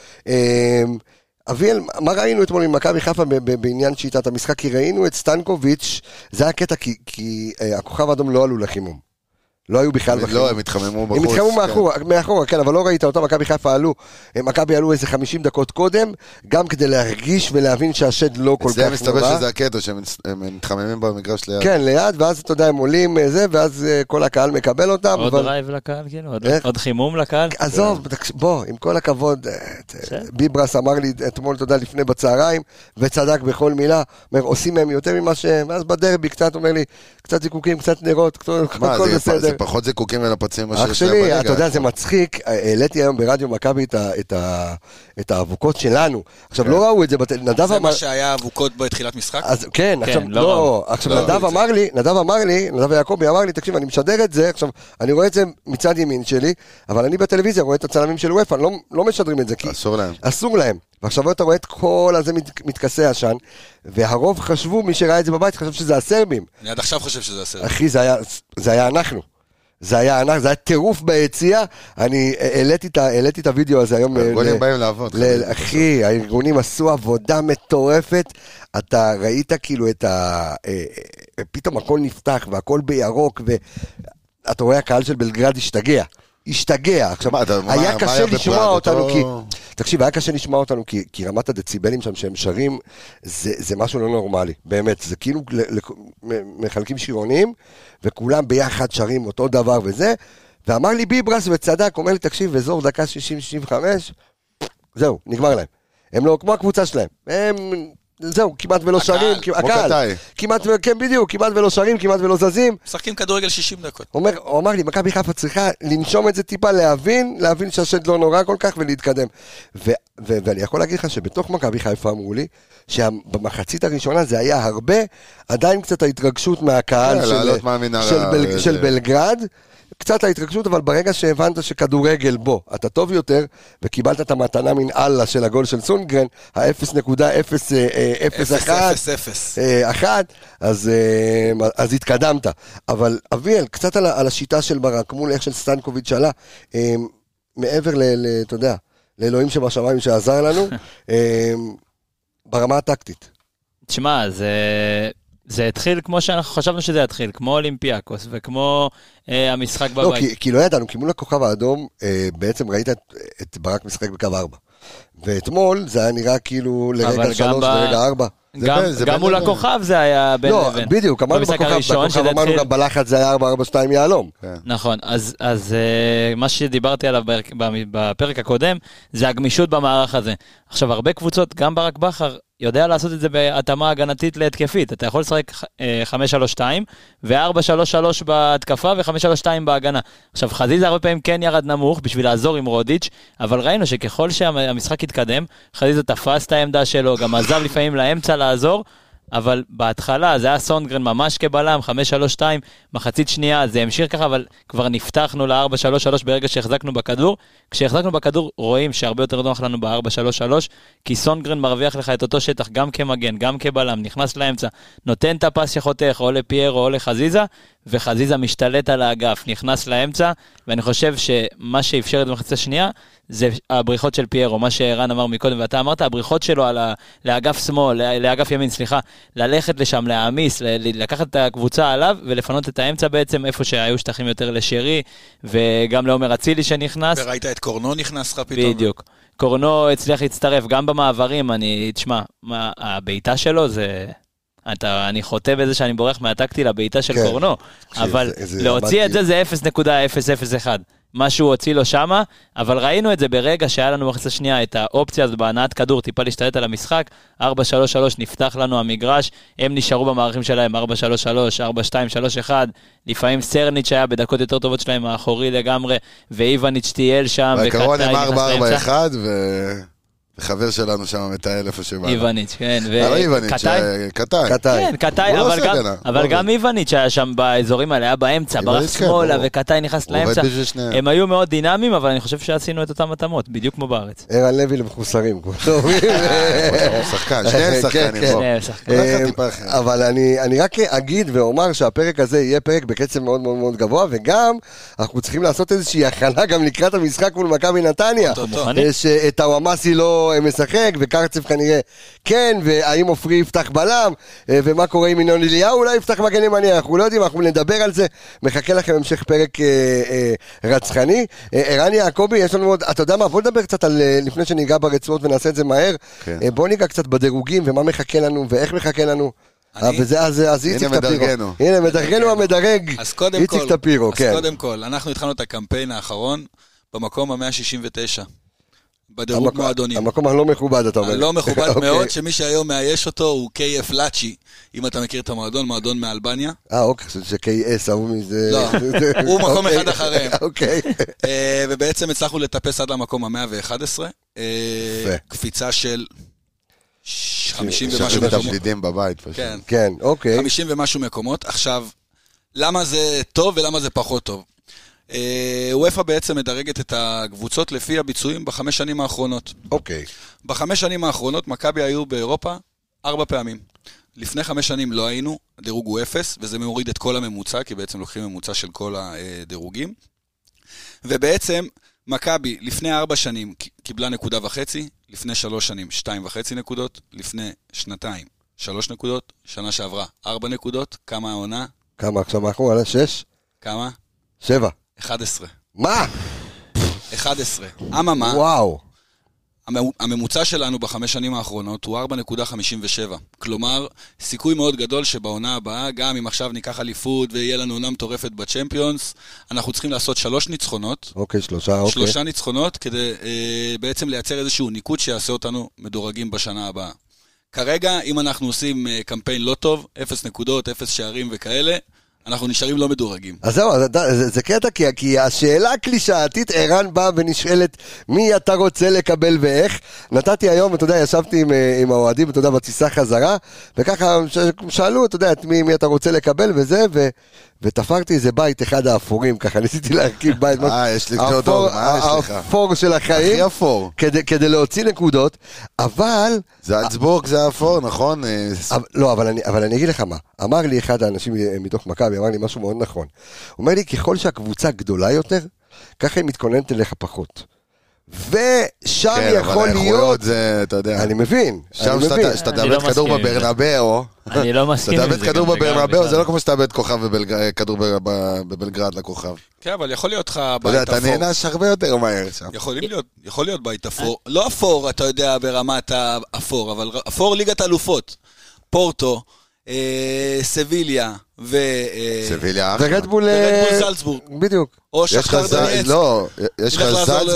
אביאל, מה ראינו אתמול עם מכבי חיפה בעניין שיטת המשחק? כי ראינו את סטנקוביץ', זה היה קטע כי הכוכב האדום לא עלו לחימום. לא היו בכלל בחימום. לא, הם התחממו בחוץ. הם התחממו מאחורה, כן, אבל לא ראית אותם, מכבי חיפה עלו, מכבי עלו איזה 50 דקות קודם, גם כדי להרגיש ולהבין שהשד לא כל כך נורא. זה מסתבר שזה הקטע, שהם מתחממים במגרש ליד. כן, ליד, ואז אתה יודע, הם עולים זה, ואז כל הקהל מקבל אותם. עוד רייב לקהל, כאילו, עוד חימום לקהל. עזוב, בוא, עם כל הכבוד, ביברס אמר לי אתמול, אתה יודע, לפני בצהריים, וצדק בכל מילה, אומר, עושים מהם יותר ממה ואז בדרבי קצת אומר לי, קצת זיקוקים, קצת נרות, הכל בסדר. פחות זיקוקים ולפצים. אח שלי, אתה יודע, זה מצחיק, העליתי היום ברדיו מכבי את האבוקות שלנו. עכשיו, לא ראו את זה, זה מה שהיה אבוקות בתחילת משחק? כן, עכשיו נדב יעקבי אמר לי, תקשיב, אני משדר את זה, עכשיו, אני רואה את זה מצד ימין שלי, אבל אני בטלוויזיה רואה את הצלמים של וופא, לא משדרים את זה, כי אסור להם. ועכשיו אתה רואה את כל הזה מתכסה עשן, והרוב חשבו, מי שראה את זה בבית, חשב שזה הסרבים. אני עד עכשיו חושב שזה הסרבים. אחי, זה היה אנחנו. זה היה טירוף ביציאה, אני העליתי את הוידאו הזה היום. הארגונים באים לעבוד. אחי, הארגונים עשו עבודה מטורפת, אתה ראית כאילו פתאום הכל נפתח והכל בירוק, ואתה רואה הקהל של בלגרד השתגע. עכשיו, היה קשה לשמוע אותנו, תקשיב, היה קשה לשמוע אותנו, כי רמת הדציבלים שם שהם שרים, זה משהו לא נורמלי, באמת, זה כאילו מחלקים שירונים, וכולם ביחד שרים אותו דבר וזה, ואמר לי ביברס וצדק, אומר לי, תקשיב, אזור דקה 60-65, זהו, נגמר להם. הם לא כמו הקבוצה שלהם, הם זהו, כמעט ולא שרים, הקהל, כן בדיוק, כמעט ולא שרים, כמעט ולא זזים. משחקים כדורגל 60 דקות. הוא אמר לי, מכבי חיפה צריכה לנשום את זה טיפה, להבין שהשד לא נורא כל כך ולהתקדם. ואני יכול להגיד לך שבתוך מכבי חיפה אמרו לי, שבמחצית הראשונה זה היה הרבה, עדיין קצת ההתרגשות מהקהל של בלגרד, קצת ההתרגשות, אבל ברגע שהבנת שכדורגל בו, אתה טוב יותר, וקיבלת את המתנה מן אללה של הגול של סונגרן, ה-0.001, אז התקדמת. אבל אביאל, קצת על השיטה של ברק, מול איך של סטנקוביץ' עלה, מעבר אתה יודע, לאלוהים שבשמיים שעזר לנו, ברמה הטקטית. תשמע, זה התחיל כמו שאנחנו חשבנו שזה יתחיל, כמו אולימפיאקוס וכמו המשחק בבית. לא, כי לא ידענו, כי מול הכוכב האדום בעצם ראית את ברק משחק בקו 4. ואתמול זה היה נראה כאילו לרגע 3, לרגע 4. גם מול הכוכב זה היה בין לבין. לא, בדיוק, אמרנו בכוכב, אמרנו גם בלחץ זה היה 4-4-2 יעלום. נכון, אז מה שדיברתי עליו בפרק הקודם, זה הגמישות במערך הזה. עכשיו, הרבה קבוצות, גם ברק בכר, יודע לעשות את זה בהתאמה הגנתית להתקפית. אתה יכול לשחק 5-3-2, ו-4-3-3 בהתקפה, ו-5-3-2 בהגנה. עכשיו, חזיזה הרבה פעמים כן ירד נמוך, בשביל לעזור עם רודיץ', אבל ראינו שככל שהמשחק התקדם, חזיזה תפס את העמדה שלו, גם עזב לפעמים לאמצע לעזור, אבל בהתחלה זה היה סונגרן ממש כבלם, 5-3-2, מחצית שנייה, זה המשיך ככה, אבל כבר נפתחנו ל-4-3-3 ברגע שהחזקנו בכדור. כשהחזקנו בכדור רואים שהרבה יותר נוח לנו ב-4-3-3, כי סונגרן מרוויח לך את אותו שטח גם כמגן, גם כבלם, נכנס לאמצע, נותן את הפס שחותך, או לפיירו או לחזיזה, וחזיזה משתלט על האגף, נכנס לאמצע, ואני חושב שמה שאפשר את המחצית השנייה, זה הבריחות של פיירו, מה שרן אמר מקודם, ואתה אמרת, הבריחות שלו לאגף שמאל, לאגף ימין, סליחה, ללכת לשם, להעמיס, לקחת את הקבוצה עליו, ולפנות את האמצע בעצם, איפה שהיו שטחים יותר לשרי, וגם לעומר אצילי שנכנס. וראית את קורנו נכנס לך פתאום. בדיוק. קורנו הצליח להצטרף, גם במעברים, תשמע, הביתה שלו זה... אני חוטא בזה שאני בורח מהטקטי לביתה של קורנו, אבל להוציא את זה זה 0.001. מה שהוא הוציא לו שמה, אבל ראינו את זה ברגע שהיה לנו מחצית שנייה את האופציה הזאת בהנעת כדור, טיפה להשתלט על המשחק, 4-3-3 נפתח לנו המגרש, הם נשארו במערכים שלהם, 4-3-3, 4-2-3-1, לפעמים סרניץ' היה בדקות יותר טובות שלהם, האחורי לגמרי, ואיווניץ' טייל שם, בעיקרון הם 4-4-1 חבר שלנו שם מטייל איפה שבא. איווניץ', כן. קטאי. כן, קטאי, אבל גם איווניץ' היה שם באזורים האלה, היה באמצע, ברח שמאלה, וקטאי נכנס לאמצע. הם היו מאוד דינמיים, אבל אני חושב שעשינו את אותם התאמות, בדיוק כמו בארץ. ערן לוי למחוסרים. שני שחקנים. אבל אני רק אגיד ואומר שהפרק הזה יהיה פרק בקצב מאוד מאוד מאוד גבוה, וגם אנחנו צריכים לעשות איזושהי הכנה גם לקראת המשחק מול מכבי נתניה. שאת הוואמאסי לא משחק, וקרצב כנראה כן, והאם עופרי יפתח בלם, ומה קורה עם ינון אליהו, אולי יפתח מגן ימני, אנחנו לא יודעים, אנחנו נדבר על זה, מחכה לכם המשך פרק רצחני. ערן יעקבי, יש לנו עוד, אתה יודע מה, בוא נדבר קצת על, לפני שניגע ברצועות ונעשה את זה מהר, בוא ניגע קצת בדירוגים, ומה מחכה לנו, ואיך מחכה לנו, אז איציק טפירו. הנה, מדרגנו המדרג, איציק טפירו, כן. אז קודם כל, אנחנו התחלנו את הקמפיין האחרון, במקום ה-169. בדירוג מועדונים. המקום הלא מכובד, אתה אומר. הלא מכובד מאוד, שמי שהיום מאייש אותו הוא KF לאצ'י, אם אתה מכיר את המועדון, מועדון מאלבניה. אוקיי, ש-KS, הוא מזה... לא, הוא מקום אחד אחריהם. אוקיי. ובעצם הצלחנו לטפס עד למקום ה-111, קפיצה של 50 ומשהו מקומות. תפלידים בבית. כן, אוקיי. 50 ומשהו מקומות. עכשיו, למה זה טוב ולמה זה פחות טוב? וופא בעצם מדרגת את הקבוצות לפי הביצועים ב5 שנים האחרונות. אוקיי. ב5 שנים האחרונות מכבי היו באירופה 4 פעמים. לפני 5 שנים לא היינו, הדירוג הוא 0, וזה מוריד את כל הממוצע, כי בעצם לוקחים ממוצע של כל הדירוגים. ובעצם מכבי לפני 4 שנים קיבלה 1.5 נקודה, לפני 3 שנים 2.5 נקודות, לפני 2 3 נקודות, שנה שעברה 4 נקודות, כמה העונה? כמה עכשיו אנחנו עלה? 6? כמה? 7. 11. מה? 11. אממה. וואו. הממוצע שלנו ב5 שנים האחרונות הוא 4.57. כלומר, סיכוי מאוד גדול שבעונה הבאה, גם אם עכשיו ניקח אליפות ויהיה לנו עונה מטורפת בצ'מפיונס, אנחנו צריכים לעשות 3 ניצחונות. אוקיי, 3, אוקיי. 3 ניצחונות כדי בעצם לייצר איזשהו ניקוד שיעשה אותנו מדורגים בשנה הבאה. כרגע, אם אנחנו עושים קמפיין לא טוב, 0 נקודות, 0 שערים וכאלה, אנחנו נשארים לא מדורגים. אז זהו, זה קטע, כי השאלה הקלישאתית, ערן בא ונשאלת מי אתה רוצה לקבל ואיך. נתתי היום, אתה יודע, ישבתי עם האוהדים, אתה יודע, בטיסה חזרה, וככה שאלו, אתה יודע, מי אתה רוצה לקבל וזה, ותפרתי איזה בית אחד האפורים, ככה ניסיתי להרכיב בית. יש לי אותו, מה יש לך? האפור של החיים. הכי אפור. כדי להוציא נקודות, אבל... זלצבורג זה האפור, נכון? לא, אבל אני אגיד לך מה. אמר לי אחד האנשים מתוך מכבי, אמר לי משהו מאוד נכון. הוא אומר לי, ככל שהקבוצה גדולה יותר, ככה היא מתכוננת אליך פחות. ושם יכול להיות... זה, אתה יודע. אני מבין. שם שאתה תאבד כדור בברנבאו, אני לא מסכים עם זה. אתה תאבד כדור בברנבאו, זה לא כמו שאתה תאבד כדור בבלגרד לכוכב. כן, אבל יכול להיות לך בית אפור. אתה נהנש הרבה יותר מהר שם. יכול להיות בית אפור. לא אפור, אתה יודע, ברמת האפור, אבל אפור ליגת אלופות. פורטו, סביליה סביליה ורדבול זלצבורג. בדיוק. או שחר דונייצק. לא, יש לך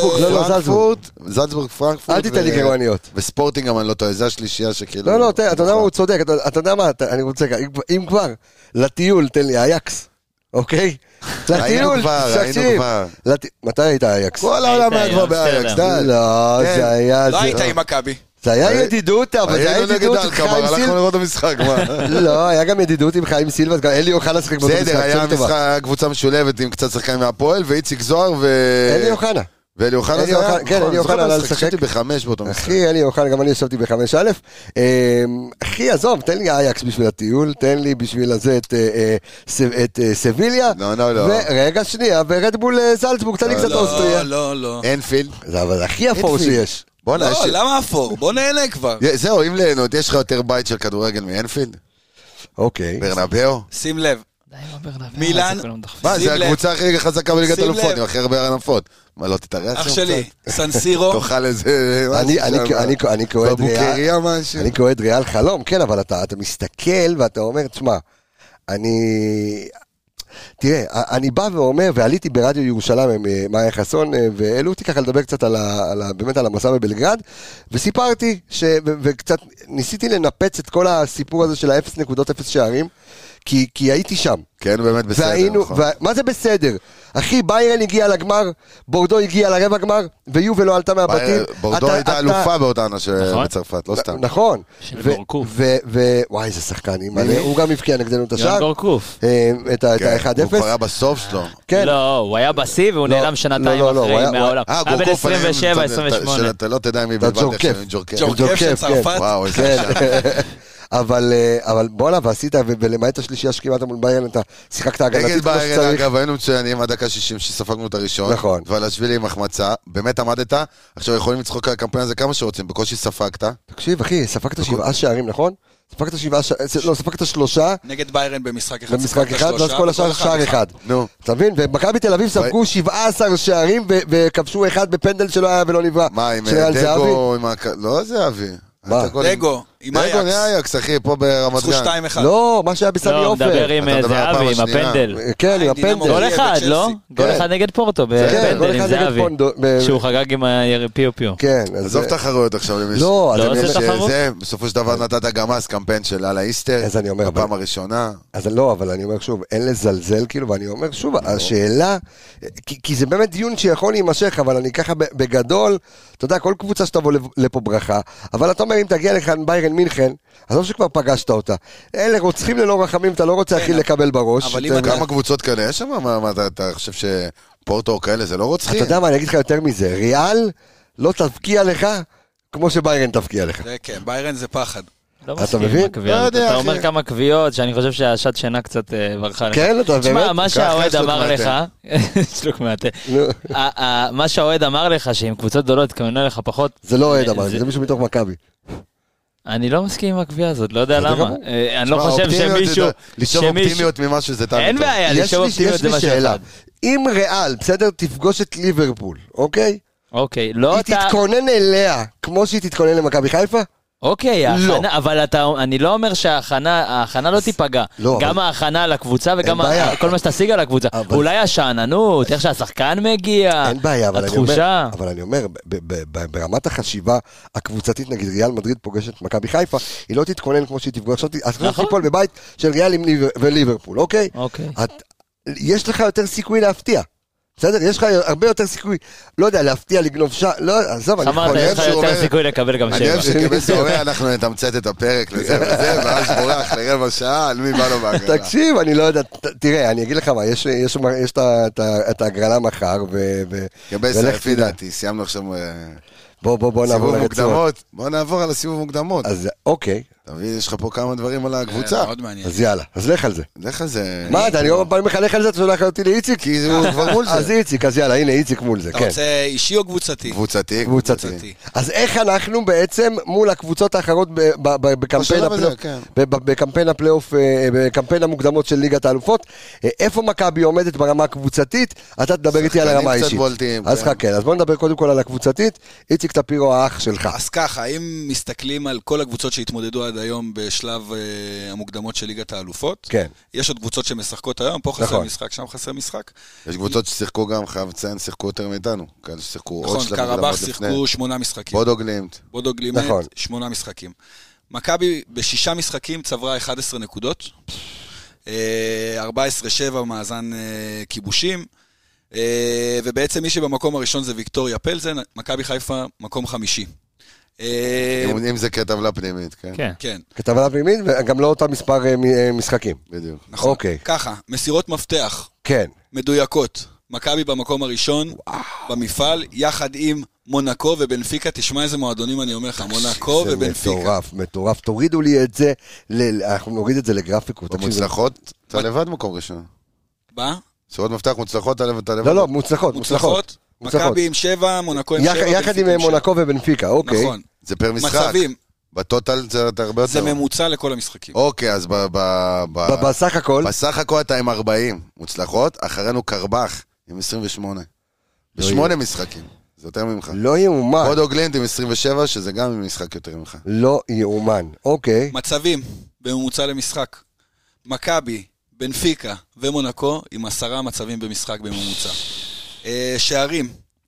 זלצבורג, פרנקפורט. אל תיתן לי גרמניות. וספורטינג, אבל לא טועה, זה השלישייה שכאילו... לא, אתה יודע מה הוא צודק, אתה יודע מה, אני רוצה, אם כבר, לטיול, תן לי, אייקס, אוקיי? לטיול, תקשיב. מתי היית אייקס? כל העולם היה כבר באייקס, די. לא, זה היה... לא היית עם מכבי. זה היה ידידות, אבל זה היה ידידות עם חיים סילבה. הלכנו לראות המשחק, מה? לא, היה גם ידידות עם חיים סילבה, גם אלי אוחנה שחק באותו משחק. בסדר, היה משחק קבוצה משולבת עם קצת שחקנים מהפועל, ואיציק זוהר אלי אוחנה. ואלי אוחנה זה היה? כן, אלי אוחנה עלה לשחק. חשבתי ב5 באותו משחק. אחי, אלי אוחנה, גם אני ישבתי ב5א. אחי, עזוב, תן לי אייקס בשביל הטיול, תן לי בשביל הזה את סביליה. לא. ורגע שנייה, ורדבול זלצבורג, תן לי קצת אוסטריה. לא. אנפילד. זה אבל הכי אפור שיש. לא, למה אפור? בוא נהנה כבר. זהו, אם ליהנות, יש לך יותר בית של כדורגל מאנפילד? אוקיי. ברנבאו? שים לב. מילאן. מה, זה הקבוצה הכי חזקה בליגת אלופות, עם הכי הרבה ענפות. מה, לא תתארח שם? אח שלי, סנסירו. תאכל איזה... אני כועד ריאל חלום, כן, אבל אתה מסתכל ואתה אומר, תשמע, תראה, אני בא ואומר, ועליתי ברדיו ירושלים עם מאיה חסון, והעלו אותי ככה לדבר קצת באמת על המסע בבלגרד, וסיפרתי, וקצת ניסיתי לנפץ את כל הסיפור הזה של ה-0 נקודות 0 שערים, כי הייתי שם. כן, באמת בסדר. מה זה בסדר? אחי, ביירן הגיע לגמר, בורדו הגיע לרבע גמר, ויובל לא עלתה מהבתים. בורדו הייתה אלופה באותה עונה בצרפת, לא סתם. נכון. של גורקוף. וואי, איזה שחקן, הוא גם הבקיע נגדנו את השער. יון גורקוף. את ה-1-0. הוא כבר היה בסוף שלו. לא, הוא היה בשיא והוא נעלם שנתיים אחרי מהעולם. היה בין 27, 28. אתה לא תדע מי בלבד ג'ורקף של צרפת. וואו, איזה אבל בואלה, ועשית, ולמעט השלישייה שקיבלת מול ביירן, אתה שיחקת הגנתית כמו שצריך. נגד ביירן, אגב, היינו מצוינים עד דקה 60 שספגנו את הראשון. נכון. ולשבילי עם החמצה, באמת עמדת, עכשיו יכולים לצחוק על הקמפיין הזה כמה שרוצים, בקושי ספגת. תקשיב, אחי, ספגת 7 שערים, נכון? ספגת 3. נגד ביירן במשחק אחד. במשחק אחד, ואז כל השאר שער אחד. נו. אתה מבין? ומכבי תל אביב ספגו 17 שערים, וכבשו אחד בפנדל שלא היה ולא נברא. מה, עם דגו, לא זהבי. דגו, עם אייקס, אחי, פה ברמת גן. 2-1. לא, מה שהיה בסמי לא, עופר. מדבר עם זהבי, עם הפנדל. כן, עם הפנדל. גול אחד, לא? גול אחד נגד פורטו, בפנדל עם זהבי. שהוא חגג עם פיו פיו. כן. עזוב תחרויות עכשיו. לא, לא עושה תחרות. בסופו של דבר נתת גם אז קמפיין של אללה איסטר. אז אני אומר. בפעם הראשונה. אז לא, אבל אני אומר שוב, אין לזלזל כאילו, ואני אומר שוב, השאלה, כי זה באמת דיון שיכול להימשך, אבל אני ככה בגדול, אתה יודע, כל קבוצה שתבוא לפה ברכה, אבל אתה אומר, אם תגיע לכאן ביירן מינכן, אז לא שכבר פגשת אותה. אלה רוצחים ללא רחמים, אתה לא רוצה הכי לקבל בראש. כמה קבוצות כאלה יש שם? אתה חושב שפורטו כאלה זה לא רוצחים? אתה יודע מה, אני אגיד לך יותר מזה, ריאל לא תבקיע לך כמו שביירן תבקיע לך. זה כן, ביירן זה פחד. אתה מבין? אתה אומר כמה קביעות שאני חושב שהשעת שינה קצת ברחה לך. כן, אתה באמת? תשמע, מה שהאוהד אמר לך, שלוק מעטה, מה שהאוהד אמר לך שעם קבוצות גדולות תכוונה לך פחות. זה לא אוהד אמר, זה מישהו מתוך מכבי. אני לא מסכים עם הקביעה הזאת, לא יודע למה. אני לא חושב שמישהו... לשאוב אופטימיות ממשהו זה תמיד. אין בעיה, לשאוב אופטימיות זה משהו אחד. אם ריאל, בסדר, תפגוש את ליברפול, אוקיי? אוקיי, לא היא תתכונן אליה כמו שהיא תתכונן למכבי חיפה? אוקיי, אבל אני לא אומר שההכנה לא תיפגע. גם ההכנה לקבוצה וגם כל מה שתשיג על הקבוצה. אולי השעננות, איך שהשחקן מגיע, התחושה. אבל אני אומר, ברמת החשיבה הקבוצתית, נגיד ריאל מדריד פוגשת מכבי חיפה, היא לא תתכונן כמו שהיא תפגוש. עכשיו תיפול בבית של ריאל וליברפול, אוקיי? יש לך יותר סיכוי להפתיע. בסדר, יש לך הרבה יותר סיכוי, לא יודע, להפתיע, לגנוב לא, עזוב, אני חמרת, יש לך יותר סיכוי לקבל גם 7. אני אוהב שכבסורי אנחנו נתמצת את הפרק לזה וזה, ואז בורח לרבע שעה, על מי בא לו בהגרלה. תקשיב, אני לא יודע, תראה, אני אגיד לך מה, יש את ההגרלה מחר, כבסר, לפי דעתי, סיימנו עכשיו בוא נעבור לרצועות. בוא נעבור על הסיבוב מוקדמות. אז אוקיי. תביא, יש לך פה כמה דברים על הקבוצה. אז יאללה, אז לך על זה. לך על זה. מה, אני לא פעם מחלך על זה, אתה שולח אותי לאיציק? כי הוא כבר מול זה. אז איציק, אז יאללה, הנה איציק מול זה, אתה כן. רוצה אישי או קבוצתי? קבוצתי. אז איך אנחנו בעצם מול הקבוצות האחרות בקמפיין הפלייאוף, בקמפיין המוקדמות של ליגת האלופות, איפה מכבי עומדת ברמה הקבוצתית, אתה תדבר איתי על הרמה האישית. אז כן, אז בוא נדבר קודם כל על הקבוצתית. איציק טפירו האח שלך. אז ככה, אם מסתכלים על כל הקבוצות שהתמודדו עד היום בשלב המוקדמות של ליגת האלופות, כן. יש עוד קבוצות שמשחקות היום, פה חסר משחק, שם חסר משחק. יש קבוצות ששיחקו גם, חייב לציין, שיחקו יותר מאיתנו. כאלה ששיחקו עוד שלב נכון, קרבח שיחקו 8 משחקים. בודו גלימט. 8 משחקים. מכבי ב6 משחקים צברה 11 נקודות, 14-7 מאזן כיבושים, ובעצם מי שבמקום הראשון זה ויקטוריה פלזן, מכבי חיפה מקום 5. אם זה כתבלה פנימית, כן? כן. כתבלה פנימית, וגם לא אותה מספר משחקים. בדיוק. נכון. אוקיי. ככה, מסירות מפתח. כן. מדויקות. מכבי במקום הראשון, במפעל, יחד עם מונקו ובנפיקה. תשמע איזה מועדונים אני אומר לך, מונקו ובנפיקה. זה מטורף. תורידו לי את זה, אנחנו נוריד את זה לגרפיקות. במוצלחות, אתה לבד מקום ראשון. מה? מסירות מפתח, מוצלחות, אתה לבד. לא, מוצלחות. מכבי עם 7, מונקו עם 7. יחד עם מונקו ובנפיקה, אוקיי. נכון. זה פר משחק. מצבים. בטוטל זה הרבה יותר. זה ממוצע לכל המשחקים. אוקיי, אז בסך הכל? בסך הכל אתה עם 40 מוצלחות, אחרינו קרבח עם 28. ב8 משחקים. זה יותר ממך. לא יאומן. בודו גלינט עם 27, שזה גם משחק יותר ממך. לא יאומן, אוקיי. מצבים בממוצע למשחק. מכבי, בנפיקה ומונקו עם 10 מצבים במשחק בממוצע. שערים.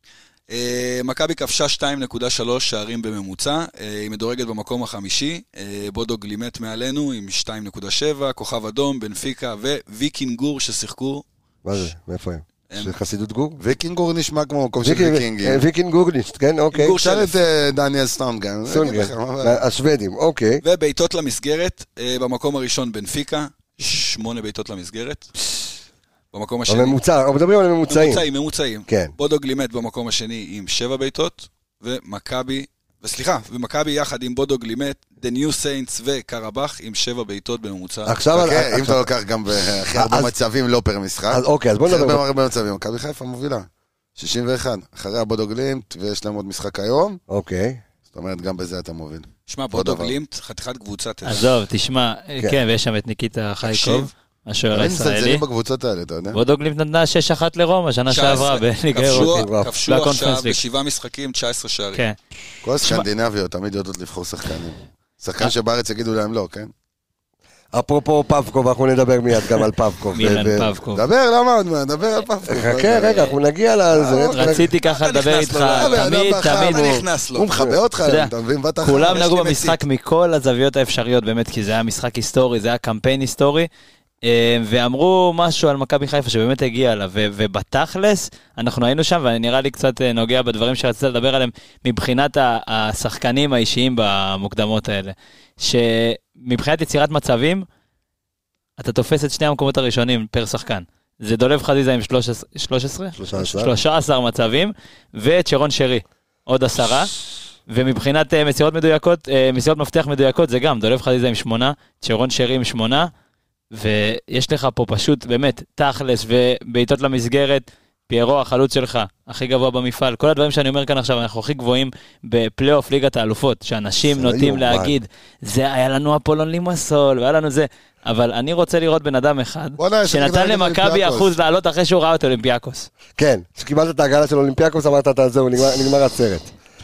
מכבי כבשה 2.3 שערים בממוצע, היא מדורגת במקום החמישי, בודו גלימט מעלינו עם 2.7, כוכב אדום, בנפיקה וויקינגור ששיחקו. מה זה? מאיפה הם? של חסידות גור? ויקינגור נשמע כמו מקום של ויקינגים. ויקינגור, כן, אוקיי. שאל את דניאל סטונגן. השוודים, אוקיי. וביתות למסגרת, במקום הראשון בנפיקה, 8 ביתות למסגרת. במקום השני. בממוצע, מדברים על ממוצעים. ממוצעים. כן. בודו גלימט במקום השני עם 7 ביתות, ומכבי יחד עם בודו גלימט, The New Saints וקרבח עם 7 ביתות בממוצע. עכשיו, אם אתה לוקח גם אחרי הרבה מצבים לא פר משחק. אוקיי, אז בוא נדבר. אחרי הרבה מצבים, מכבי חיפה מובילה. 61, אחרי הבודו גלימט, ויש להם עוד משחק היום. אוקיי. זאת אומרת, גם בזה אתה מוביל. תשמע, בודו גלימט, חתיכת קבוצת. עזוב, תשמע, כן, ויש שם את ניקיטה חייקוב. השוער הישראלי. בקבוצות האלה, אתה יודע. בודו גלימט נתנה 6-1 לרומא, שנה שעברה בליגה אירופית. כבשו עכשיו ב7 משחקים, 19 שערים. כן. כל הסקנדינביות תמיד יודעות לבחור שחקנים. שחקן שבארץ יגידו להם לא, כן? אפרופו פבקוב, אנחנו נדבר מיד גם על פבקוב. מילן פבקוב. דבר, למה עוד מה? דבר על פבקוב. חכה, רגע, אנחנו נגיע לזה. רציתי ככה לדבר איתך, תמיד. הוא מכבה אותך, אתה מבין? כולם נגעו במשחק מכל הזוויות האפשריות, באמת, כי זה היה משחק היסטורי, זה היה קמפיין היסטורי. ואמרו משהו על מכבי חיפה שבאמת הגיע אליו, ובתכלס אנחנו היינו שם, ואני נראה לי קצת נוגע בדברים שרצית לדבר עליהם, מבחינת השחקנים האישיים במוקדמות האלה, שמבחינת יצירת מצבים, אתה תופס את שני המקומות הראשונים פר שחקן. זה דולב חזיזה עם 13 מצבים, ואת שרון שרי, עוד 10, ומבחינת מסירות מפתח מדויקות, זה גם דולב חזיזה עם 8, שרון שרי עם 8, ויש לך פה פשוט באמת תכלס ובעיטות למסגרת, פיירו החלוץ שלך הכי גבוה במפעל, כל הדברים שאני אומר כאן עכשיו אנחנו הכי גבוהים בפלייאוף ליגת האלופות, שאנשים נוטים להגיד זה היה לנו אפולון לימסול והיה לנו זה, אבל אני רוצה לראות בן אדם אחד שנתן למכבי אחוז לעלות אחרי שהוא ראה את אולימפיאקוס. כן, כשקיבלת את ההגרלה של אולימפיאקוס אמרת זהו, נגמר הסרט.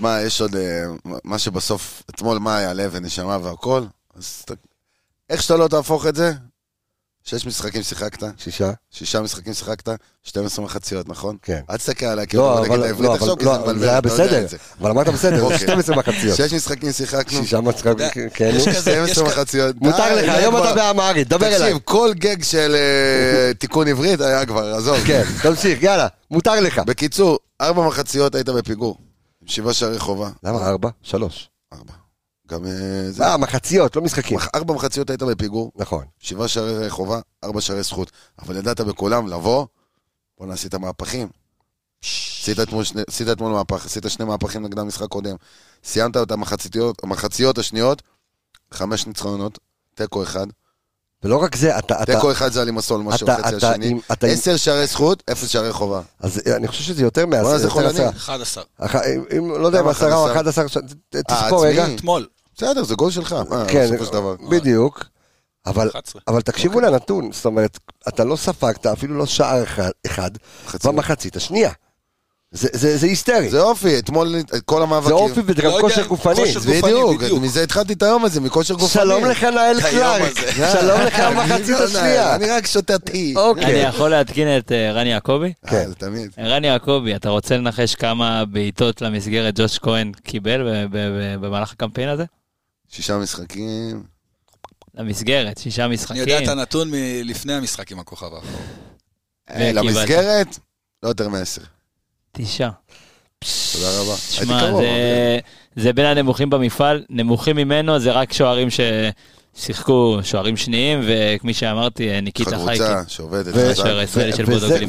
תשמע, יש עוד, מה שבסוף, אתמול מה היה לב ונשמה והכל, אז איך שאתה לא תהפוך את זה? 6 משחקים שיחקת? 6 משחקים שיחקת? 12 מחציות, נכון? כן. אל תסתכל עליי, כי לא, נגיד העברית עכשיו, כי זה מבלבל, זה היה בסדר, אבל אמרת בסדר, 12 מחציות. 6 משחקים שיחקנו. 6 משחקים, כן. 12 מחציות. מותר לך, היום אתה באמרית, דבר אליי. תקשיב, כל גג של תיקון עברית היה כבר, עזוב. כן, תמשיך, יאללה, מותר לך. בקיצור, 4 מחציות היית בפיגור. 7 שערי חובה. למה 4? 3. 4. גם זה... מחציות, לא משחקים. 4 מחציות היית בפיגור. נכון. 7 שערי חובה, 4 שערי זכות. אבל ידעת בכולם לבוא, בוא נעשי את המהפכים. עשית אתמול מהפך, עשית 2 מהפכים נגד המשחק קודם. סיימת את המחציות השניות, 5 ניצחונות, תיקו 1. ולא רק זה, תיקו 1 זה על מסול, משהו בחצי השני. 10 שערי זכות, 0 שערי חובה. אז אני חושב שזה יותר מה... בוא נעשה חולני. 11. לא יודע אם 10 או 11, תספור רגע. אתמול. בסדר, זה גול שלך. כן, בדיוק. אבל תקשיבו לנתון, זאת אומרת, אתה לא ספגת אפילו לא שער אחד במחצית השנייה. זה היסטרי. זה אופי, אתמול כל המאבקים. זה אופי וזה גם כושר גופני. בדיוק, מזה התחלתי את היום הזה, מכושר גופני. שלום לך נאל קלארק, שלום לך במחצית השנייה. אני רק שוטטי. אני יכול להתקין את רני יעקובי? כן. תמיד. רני יעקובי, אתה רוצה לנחש כמה בעיטות למסגרת ג'וש כהן קיבל במהלך הקמפיין הזה? 6 משחקים. למסגרת, 6 משחקים. אני יודע את הנתון מלפני המשחק עם הכוכב האחרון. למסגרת? לא יותר מ10. 9. תודה רבה. שמע, זה בין הנמוכים במפעל, נמוכים ממנו זה רק שוערים ששיחקו, שוערים שניים, וכמי שאמרתי, ניקיטה חייקי. קבוצה שעובדת. השוער הישראלי של בודוגלים.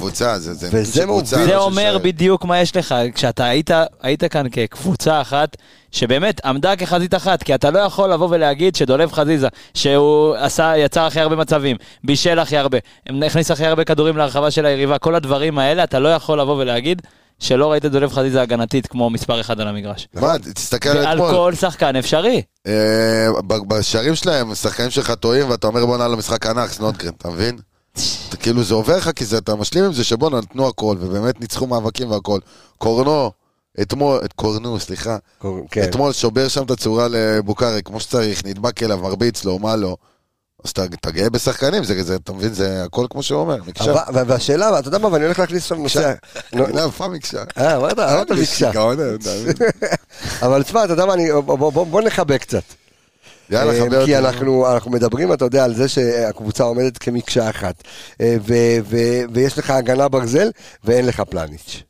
זה אומר בדיוק מה יש לך, כשאתה היית כאן כקבוצה אחת, שבאמת עמדה כחזית אחת, כי אתה לא יכול לבוא ולהגיד שדולב חזיזה, שהוא יצר הכי הרבה מצבים, בישל הכי הרבה, הכניס הכי הרבה כדורים להרחבה של היריבה, כל הדברים האלה, אתה לא יכול לבוא ולהגיד שלא ראית דולב חזיזה הגנתית כמו מספר אחד על המגרש. מה, תסתכל על אתמול. ועל כל שחקן אפשרי. בשערים שלהם, שחקנים שלך טועים, ואתה אומר בוא נע למשחק ענק, סנודגרן, אתה מבין? כאילו זה עובר לך, כי אתה משלים עם זה שבוא נתנו הכל, ובאמת ניצחו מאבקים והכל. אתמול שובר שם את הצורה לבוקארי, כמו שצריך, נדבק אליו, מרביץ לו, מה לא. אז אתה גאה בשחקנים, אתה מבין, זה הכל כמו שהוא אומר, מקשר. והשאלה, אתה יודע מה, ואני הולך להכניס שם נושא. נפה מקשר. אמרת מקשר. אבל תשמע, אתה יודע מה, בוא נחבק קצת. יאללה, חבר אותי. כי אנחנו מדברים, אתה יודע, על זה שהקבוצה עומדת כמקשה אחת, ויש לך הגנה ברזל, ואין לך פלניץ'.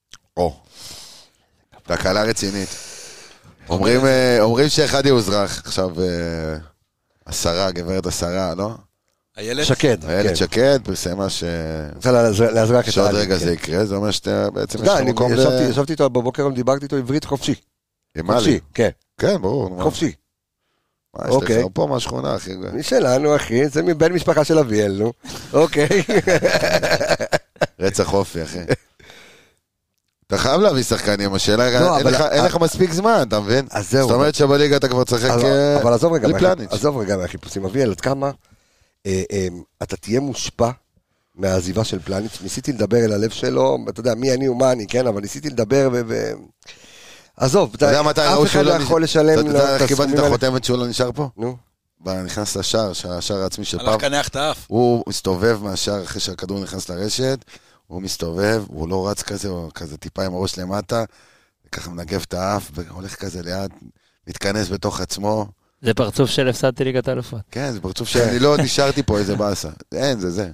תקלה רצינית. אומרים שאחד יאוזרח, עכשיו... גברת 10, לא? איילת? שקד. איילת שקד, פרסמה שעוד רגע זה יקרה, זה אומר שאתה בעצם יש לך מקום ישבתי איתו בבוקר, דיברתי איתו עברית חופשי. חופשי, כן. כן, ברור. חופשי. מה, יש לך פה מהשכונה, אחי? משלנו, אחי, זה מבן משפחה של אביאל, נו. אוקיי. רצח אופי, אחי. אתה חייב להביא שחקנים, השאלה, אין לך מספיק זמן, אתה מבין? זאת אומרת שבליגה אתה כבר צחק אבל עזוב רגע מהחיפושים, אביאל, עד כמה אתה תהיה מושפע מהעזיבה של פלניץ', ניסיתי לדבר אל הלב שלו, אתה יודע, מי אני ומה אני, כן, אבל ניסיתי לדבר עזוב, אף אחד לא יכול לשלם אתה יודע איך קיבלתי את החותמת שהוא לא נשאר פה? נו. נכנס לשער, השער העצמי של הלך קנח את האף. הוא מסתובב מהשער אחרי שהכדור נכנס לרשת, הוא מסתובב, הוא לא רץ כזה, הוא כזה טיפה עם הראש למטה, וככה מנגב את האף, והולך כזה ליד, מתכנס בתוך עצמו. זה פרצוף של הפסדתי ליגת האלופות. כן, זה פרצוף שאני לא נשארתי פה איזה באסה. אין, זה.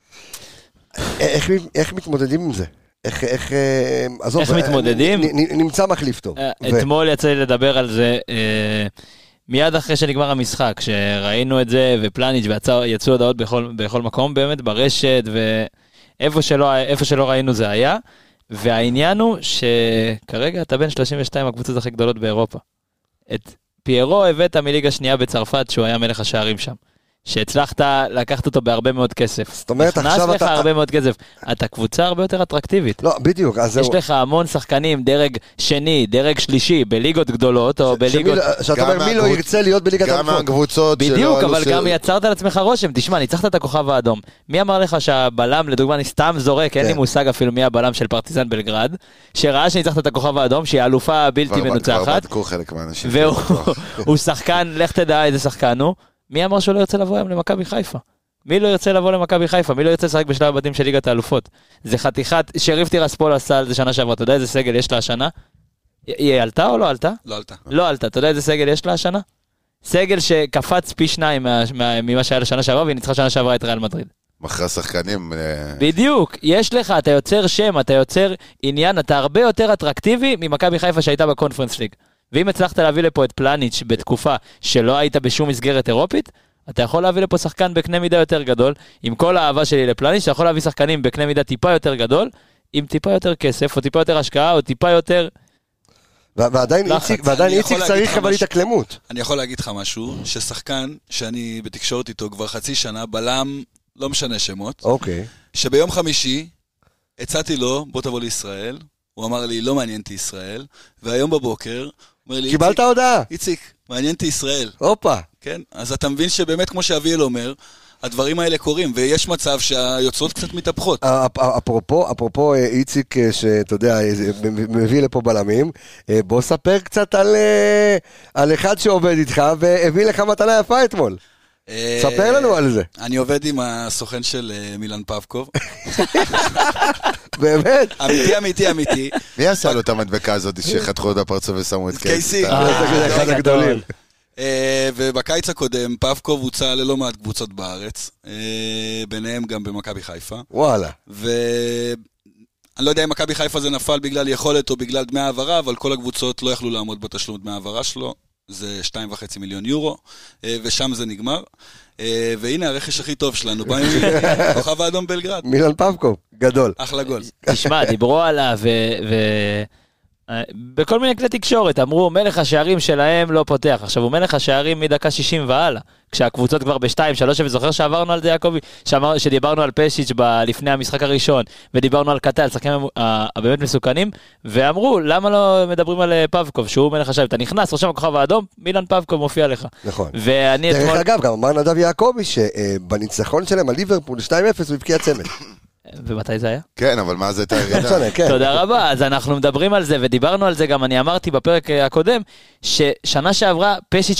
איך מתמודדים עם זה? איך מתמודדים? נמצא מחליף טוב. אתמול יצא לי לדבר על זה, מיד אחרי שנגמר המשחק, שראינו את זה, ופלניץ' ויצאו הודעות בכל מקום באמת, ברשת, איפה שלא ראינו זה היה, והעניין הוא שכרגע אתה בין 32 הקבוצות הכי גדולות באירופה. את פיירו הבאת מליגה שנייה בצרפת, שהוא היה מלך השערים שם. שהצלחת לקחת אותו בהרבה מאוד כסף. זאת אומרת, עכשיו נכנס לך הרבה מאוד כסף. אתה קבוצה הרבה יותר אטרקטיבית. לא, בדיוק, אז זהו. יש לך המון שחקנים, דרג שני, דרג שלישי, בליגות גדולות, או בליגות... שאתה אומר, מי לא ירצה להיות בליגת גם האלופות? הקבוצות בדיוק, אבל גם יצרת על עצמך רושם. תשמע, ניצחת את הכוכב האדום. מי אמר לך שהבלם, לדוגמה, אני סתם זורק, אין לי מושג אפילו מי הבלם של פרטיזן בלגרד, שראה שניצחת את הכוכב האדום, שהיא האלופה בלתי מנוצחת. כבר בדקו חלק מהאנשים. והוא שחקן, לך תדע איזה שחקן הוא. מי אמר שהוא לא ירצה לבוא היום למכבי חיפה? מי לא ירצה לבוא למכבי חיפה? מי לא ירצה לשחק בשלב הבתים של ליגת האלופות? זה חתיכת, שריף טירספול עשה על זה שנה שעברה, אתה יודע איזה סגל יש לה השנה? היא עלתה או לא עלתה? לא עלתה. לא עלתה, אתה יודע איזה סגל יש לה השנה? סגל שקפץ פי 2 ממה שהיה לשנה שעברה, והיא ניצחה שנה שעברה את ריאל מדריד. מכרה שחקנים. בדיוק, יש לך, אתה יוצר שם, אתה יוצר עניין, אתה הרבה יותר אטרקטיבי ממכבי חיפה שהייתה בקונפרנס ליג. ואם הצלחת להביא לפה את פלניץ' בתקופה שלא היית בשום מסגרת אירופית, אתה יכול להביא לפה שחקן בקנה מידה יותר גדול, עם כל האהבה שלי לפלניץ', אתה יכול להביא שחקנים בקנה מידה טיפה יותר גדול, עם טיפה יותר כסף, או טיפה יותר השקעה, או טיפה יותר... ועדיין איציק צריך אבל התאקלמות. אני יכול להגיד לך משהו, ששחקן שאני בתקשורת איתו כבר חצי שנה, בלם, לא משנה שמות, שביום חמישי הצעתי לו, בוא תבוא לישראל, הוא אמר לי, לא מעניינתי ישראל, והיום בבוקר, אומר לי, קיבלת הודעה? איציק, מעניינתי ישראל. הופה. כן, אז אתה מבין שבאמת כמו שאביאל אומר, הדברים האלה קורים, ויש מצב שהיוצרות קצת מתהפכות. אפרופו איציק, שאתה יודע, מביא לפה בלמים, בוא ספר קצת על אחד שעובד איתך, והביא לך מתנה יפה אתמול. ספר לנו על זה. אני עובד עם הסוכן של מילן פבקוב. באמת? אמיתי. מי עשה לו את המדבקה הזאת שחתכו את הפרצוף ושמו את קייסי? זה אחד הגדולים. ובקיץ הקודם פבקוב הוצא ללא מעט קבוצות בארץ, ביניהם גם במכבי חיפה. וואלה. אני לא יודע אם מכבי חיפה זה נפל בגלל יכולת או בגלל דמי העברה, אבל כל הקבוצות לא יכלו לעמוד בתשלום דמי העברה שלו. זה 2.5 מיליון יורו, ושם זה נגמר. והנה הרכש הכי טוב שלנו, בא עם כוכב האדום בלגרד. מילן פבקוב, גדול. אחלה גול. תשמע, דיברו עליו, בכל מיני כלי תקשורת, אמרו, מלך השערים שלהם לא פותח. עכשיו, הוא מלך השערים מדקה 60 והלאה. כשהקבוצות כבר ב-2-3, וזוכר שעברנו על זה, יעקבי, שדיברנו על פשיץ' לפני המשחק הראשון, ודיברנו על קטל, שחקנים הבאמת מסוכנים, ואמרו, למה לא מדברים על פבקוב, שהוא מלך השערים? אתה נכנס, רושם הכוכב האדום, מילן פבקוב מופיע לך. נכון. דרך אגב, גם אמר נדב יעקבי, שבניצחון שלהם על ליברפול 2-0, הוא הבקיע צמד. ומתי זה היה? כן, אבל מה זה את הירידה? תודה רבה, אז אנחנו מדברים על זה, ודיברנו על זה גם, אני אמרתי בפרק הקודם, ששנה שעברה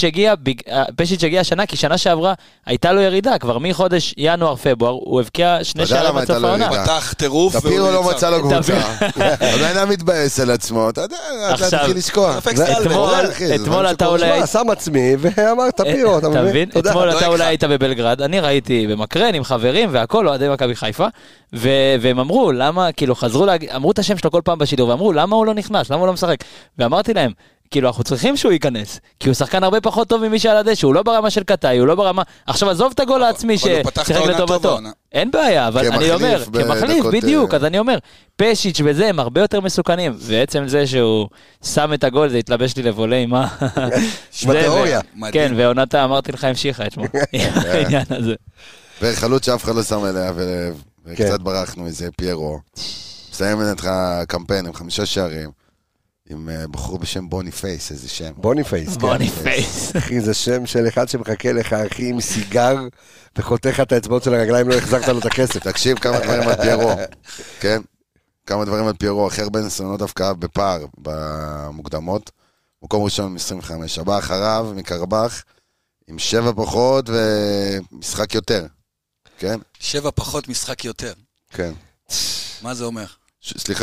פשיץ' הגיע השנה, כי שנה שעברה הייתה לו ירידה, כבר מחודש ינואר-פברואר, הוא הבקיע 2 שערים עד סוף העונה. פתח טירוף, טפירו לא מצא לו קבוצה. אבל אינה מתבאס על עצמו, אתה יודע, אתה תתחיל לשכוח. אתמול אתה אולי... שם עצמי, ואמר טפירו, אתה מבין? אתמול אתה אולי היית בבלגרד, אני ראיתי במקרן עם חברים והכל, אוהדי מכבי חיפה, והם אמרו, למה, כאילו חזרו, אמרו את השם שלו כל פעם בשידור, ואמרו, למה הוא לא נכנס, למה הוא לא משחק? ואמרתי להם, כאילו, אנחנו צריכים שהוא ייכנס, כי הוא שחקן הרבה פחות טוב ממי שעל הדשא, הוא לא ברמה של קטאי, הוא לא ברמה... עכשיו, עזוב את הגול העצמי ששיחק לטובתו. אין בעיה, אבל אני אומר, כמחליף, בדיוק, אז אני אומר, פשיץ' וזה הם הרבה יותר מסוכנים, ועצם זה שהוא שם את הגול, זה התלבש לי לבולי, מה? בתיאוריה. כן, ועונתה, אמרתי לך, המשיכה את שמו, העניין הזה. וחלוץ שאף אחד לא שם אליה, וקצת ברחנו איזה פיירו. מסיים את הקמפיין עם 5 שערים, עם בחור בשם בוני פייס, איזה שם. בוני פייס, כן. בוני פייס. אחי, זה שם של אחד שמחכה לך, אחי, עם סיגר, וחותך את האצבעות של הרגליים, לא החזרת לו את הכסף. תקשיב כמה דברים על פיירו, כן? כמה דברים על פיירו, אחר בין ניסיונות דווקא בפער, במוקדמות, מקום ראשון מ-25, הבא אחריו, מקרבח, עם 7 פחות ומשחק יותר, כן? 7 פחות משחק יותר. כן. מה זה אומר? סליחה,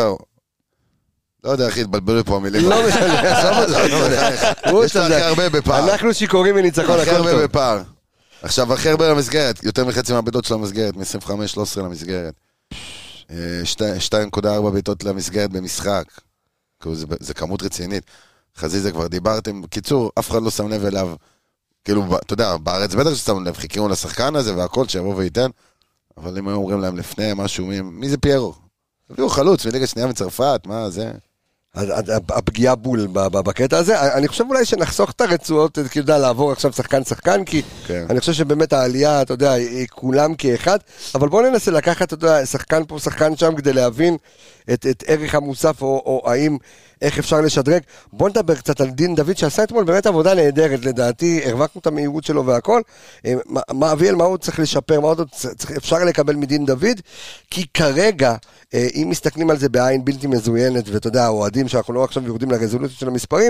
לא יודע, אחי, התבלבלו פה המילים. לא משנה, יש לך הכי הרבה בפער. אנחנו שיכורים מניצחון הכי הכל טוב. הרבה בפער. עכשיו, הכי הרבה למסגרת, יותר מחצי מהביתות של המסגרת, מ-25-13 למסגרת. 2.4 ביתות למסגרת במשחק. זה כמות רצינית. חזיזה כבר דיברתם. בקיצור, אף אחד לא שם לב אליו. כאילו, אתה יודע, בארץ בטח ששמו לב, חיכינו לשחקן הזה והכל, שיבוא וייתן. אבל אם היו אומרים להם לפני משהו, מי זה פיירו? הביאו חלוץ מליגה שנייה מצרפת, מה זה? הפגיעה בול בקטע הזה. אני חושב אולי שנחסוך את הרצועות, כדי לעבור עכשיו שחקן, כי אני חושב שבאמת העלייה, אתה יודע, היא כולם כאחד, אבל בואו ננסה לקחת, אתה יודע, שחקן פה, שחקן שם, כדי להבין את ערך המוסף, או האם, איך אפשר לשדרג. בואו נדבר קצת על דין דוד, שעשה אתמול באמת עבודה נהדרת, לדעתי, הרווחנו את המהירות שלו והכל. אביאל, מה הוא צריך לשפר, מה עוד אפשר לקבל מדין דוד, כי כרגע, אם מסתכלים על זה בעין בלתי מזוינת, ואתה יודע, האוהדים שאנחנו לא עכשיו יורדים לרזולוציות של המספרים,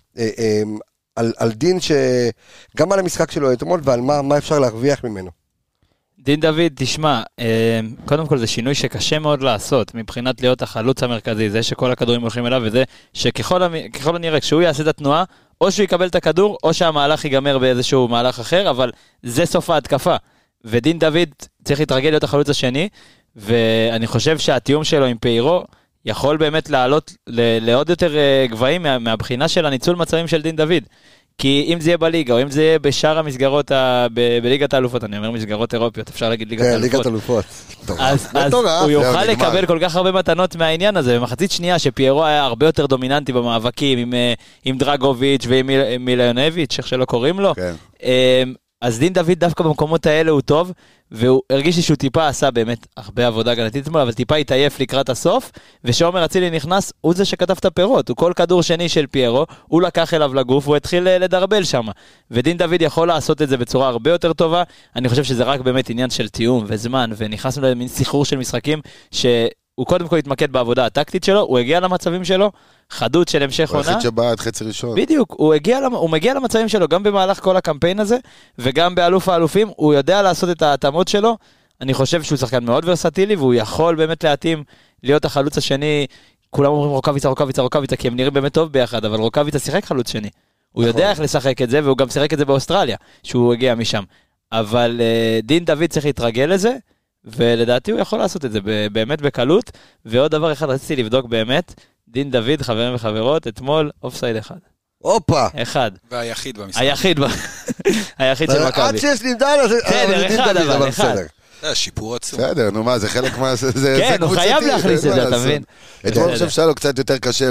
על דין שגם על המשחק שלו אתמול, ועל מה אפשר להרוויח ממנו. דין דוד, תשמע, קודם כל זה שינוי שקשה מאוד לעשות, מבחינת להיות החלוץ המרכזי, זה שכל הכדורים הולכים אליו, וזה שככל הנראה, כשהוא יעשה את התנועה, או שהוא יקבל את הכדור, או שהמהלך ייגמר באיזשהו מהלך אחר, אבל זה סוף ההתקפה. ודין דוד צריך להתרגל להיות החלוץ השני, ואני חושב שהתיאום שלו עם פיירו, יכול באמת לעלות לעוד יותר גבוהים מהבחינה של הניצול מצבים של דין דוד. כי אם זה יהיה בליגה, או אם זה יהיה בשאר המסגרות בליגת האלופות, אני אומר מסגרות אירופיות, אפשר להגיד ליגת האלופות. אז הוא יוכל לקבל כל כך הרבה מתנות מהעניין הזה, במחצית שנייה שפיירו היה הרבה יותר דומיננטי במאבקים, עם דרגוביץ' ועם מילאונביץ', איך שלא קוראים לו. אז דין דוד דווקא במקומות האלה הוא טוב, והוא הרגיש לי שהוא טיפה עשה באמת הרבה עבודה הגנתית אתמול, אבל טיפה התעייף לקראת הסוף, ושעומר אצילי נכנס, הוא זה שכתב את הפירות, הוא כל כדור שני של פיירו, הוא לקח אליו לגוף, הוא התחיל לדרבל שם, ודין דוד יכול לעשות את זה בצורה הרבה יותר טובה, אני חושב שזה רק באמת עניין של תיאום וזמן, ונכנסנו למין סחרור של משחקים, שהוא קודם כל התמקד בעבודה הטקטית שלו, הוא הגיע למצבים שלו, חדות של המשך עונה. הוא היחיד שבא עד חצי ראשון. בדיוק, הוא מגיע למצבים שלו, גם במהלך כל הקמפיין הזה, וגם באלוף האלופים, הוא יודע לעשות את ההתאמות שלו, אני חושב שהוא שחקן מאוד ורסטילי, והוא יכול באמת להתאים, להיות החלוץ השני, כולם אומרים רוקביצה, כי הם נראים באמת טוב ביחד, אבל רוקביצה שיחק חלוץ שני. הוא יודע איך לשחק את זה, והוא גם שיחק את זה באוסטרליה, שהוא הגיע משם. אבל דין דוד צריך להתרגל לזה, ולדעתי הוא יכול לעשות את זה באמת בקלות, ועוד דבר אחד רציתי לבדוק באמת, דין דוד, חברים וחברות, אתמול אופסייד אחד. אופה. אחד. והיחיד במשחק. היחיד של מכבי. עד שיש נמדל, אז אבל אחד. זה שיפור עצום. בסדר, נו מה, זה חלק מה... כן, הוא חייב להכניס את זה, אתה מבין? אתמול אני חושב שהיה לו קצת יותר קשה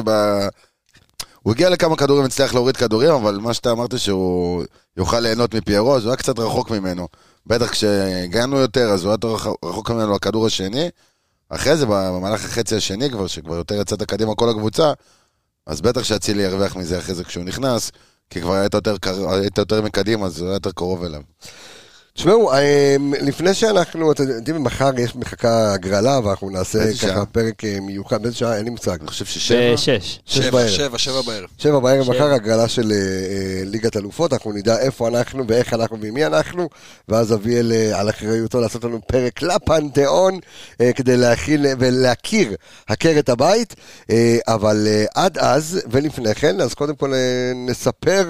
הוא הגיע לכמה כדורים, הצליח להוריד כדורים, אבל מה שאתה אמרת שהוא יוכל ליהנות מפיירו, אז הוא היה קצת רחוק ממנו. בטח כשהגענו יותר, אז הוא היה רחוק ממנו הכדור השני. אחרי זה, במהלך החצי השני כבר, שכבר יותר יצאת קדימה כל הקבוצה, אז בטח שאצילי ירוויח מזה אחרי זה כשהוא נכנס, כי כבר היית יותר מקדימה, אז הוא היה יותר קרוב אליו. תשמעו, לפני שאנחנו, אתם יודעים, מחר יש מחכה הגרלה, ואנחנו נעשה ככה פרק מיוחד, באיזה שעה, אין לי מוצג. אני חושב שבע בערב. 7 בערב, מחר הגרלה של ליגת אלופות, אנחנו נדע איפה אנחנו ואיך אנחנו ומי אנחנו, ואז אביאל על אחריותו לעשות לנו פרק לפנתיאון, כדי להכיר עקרת הבית, אבל עד אז ולפני כן, אז קודם כל נספר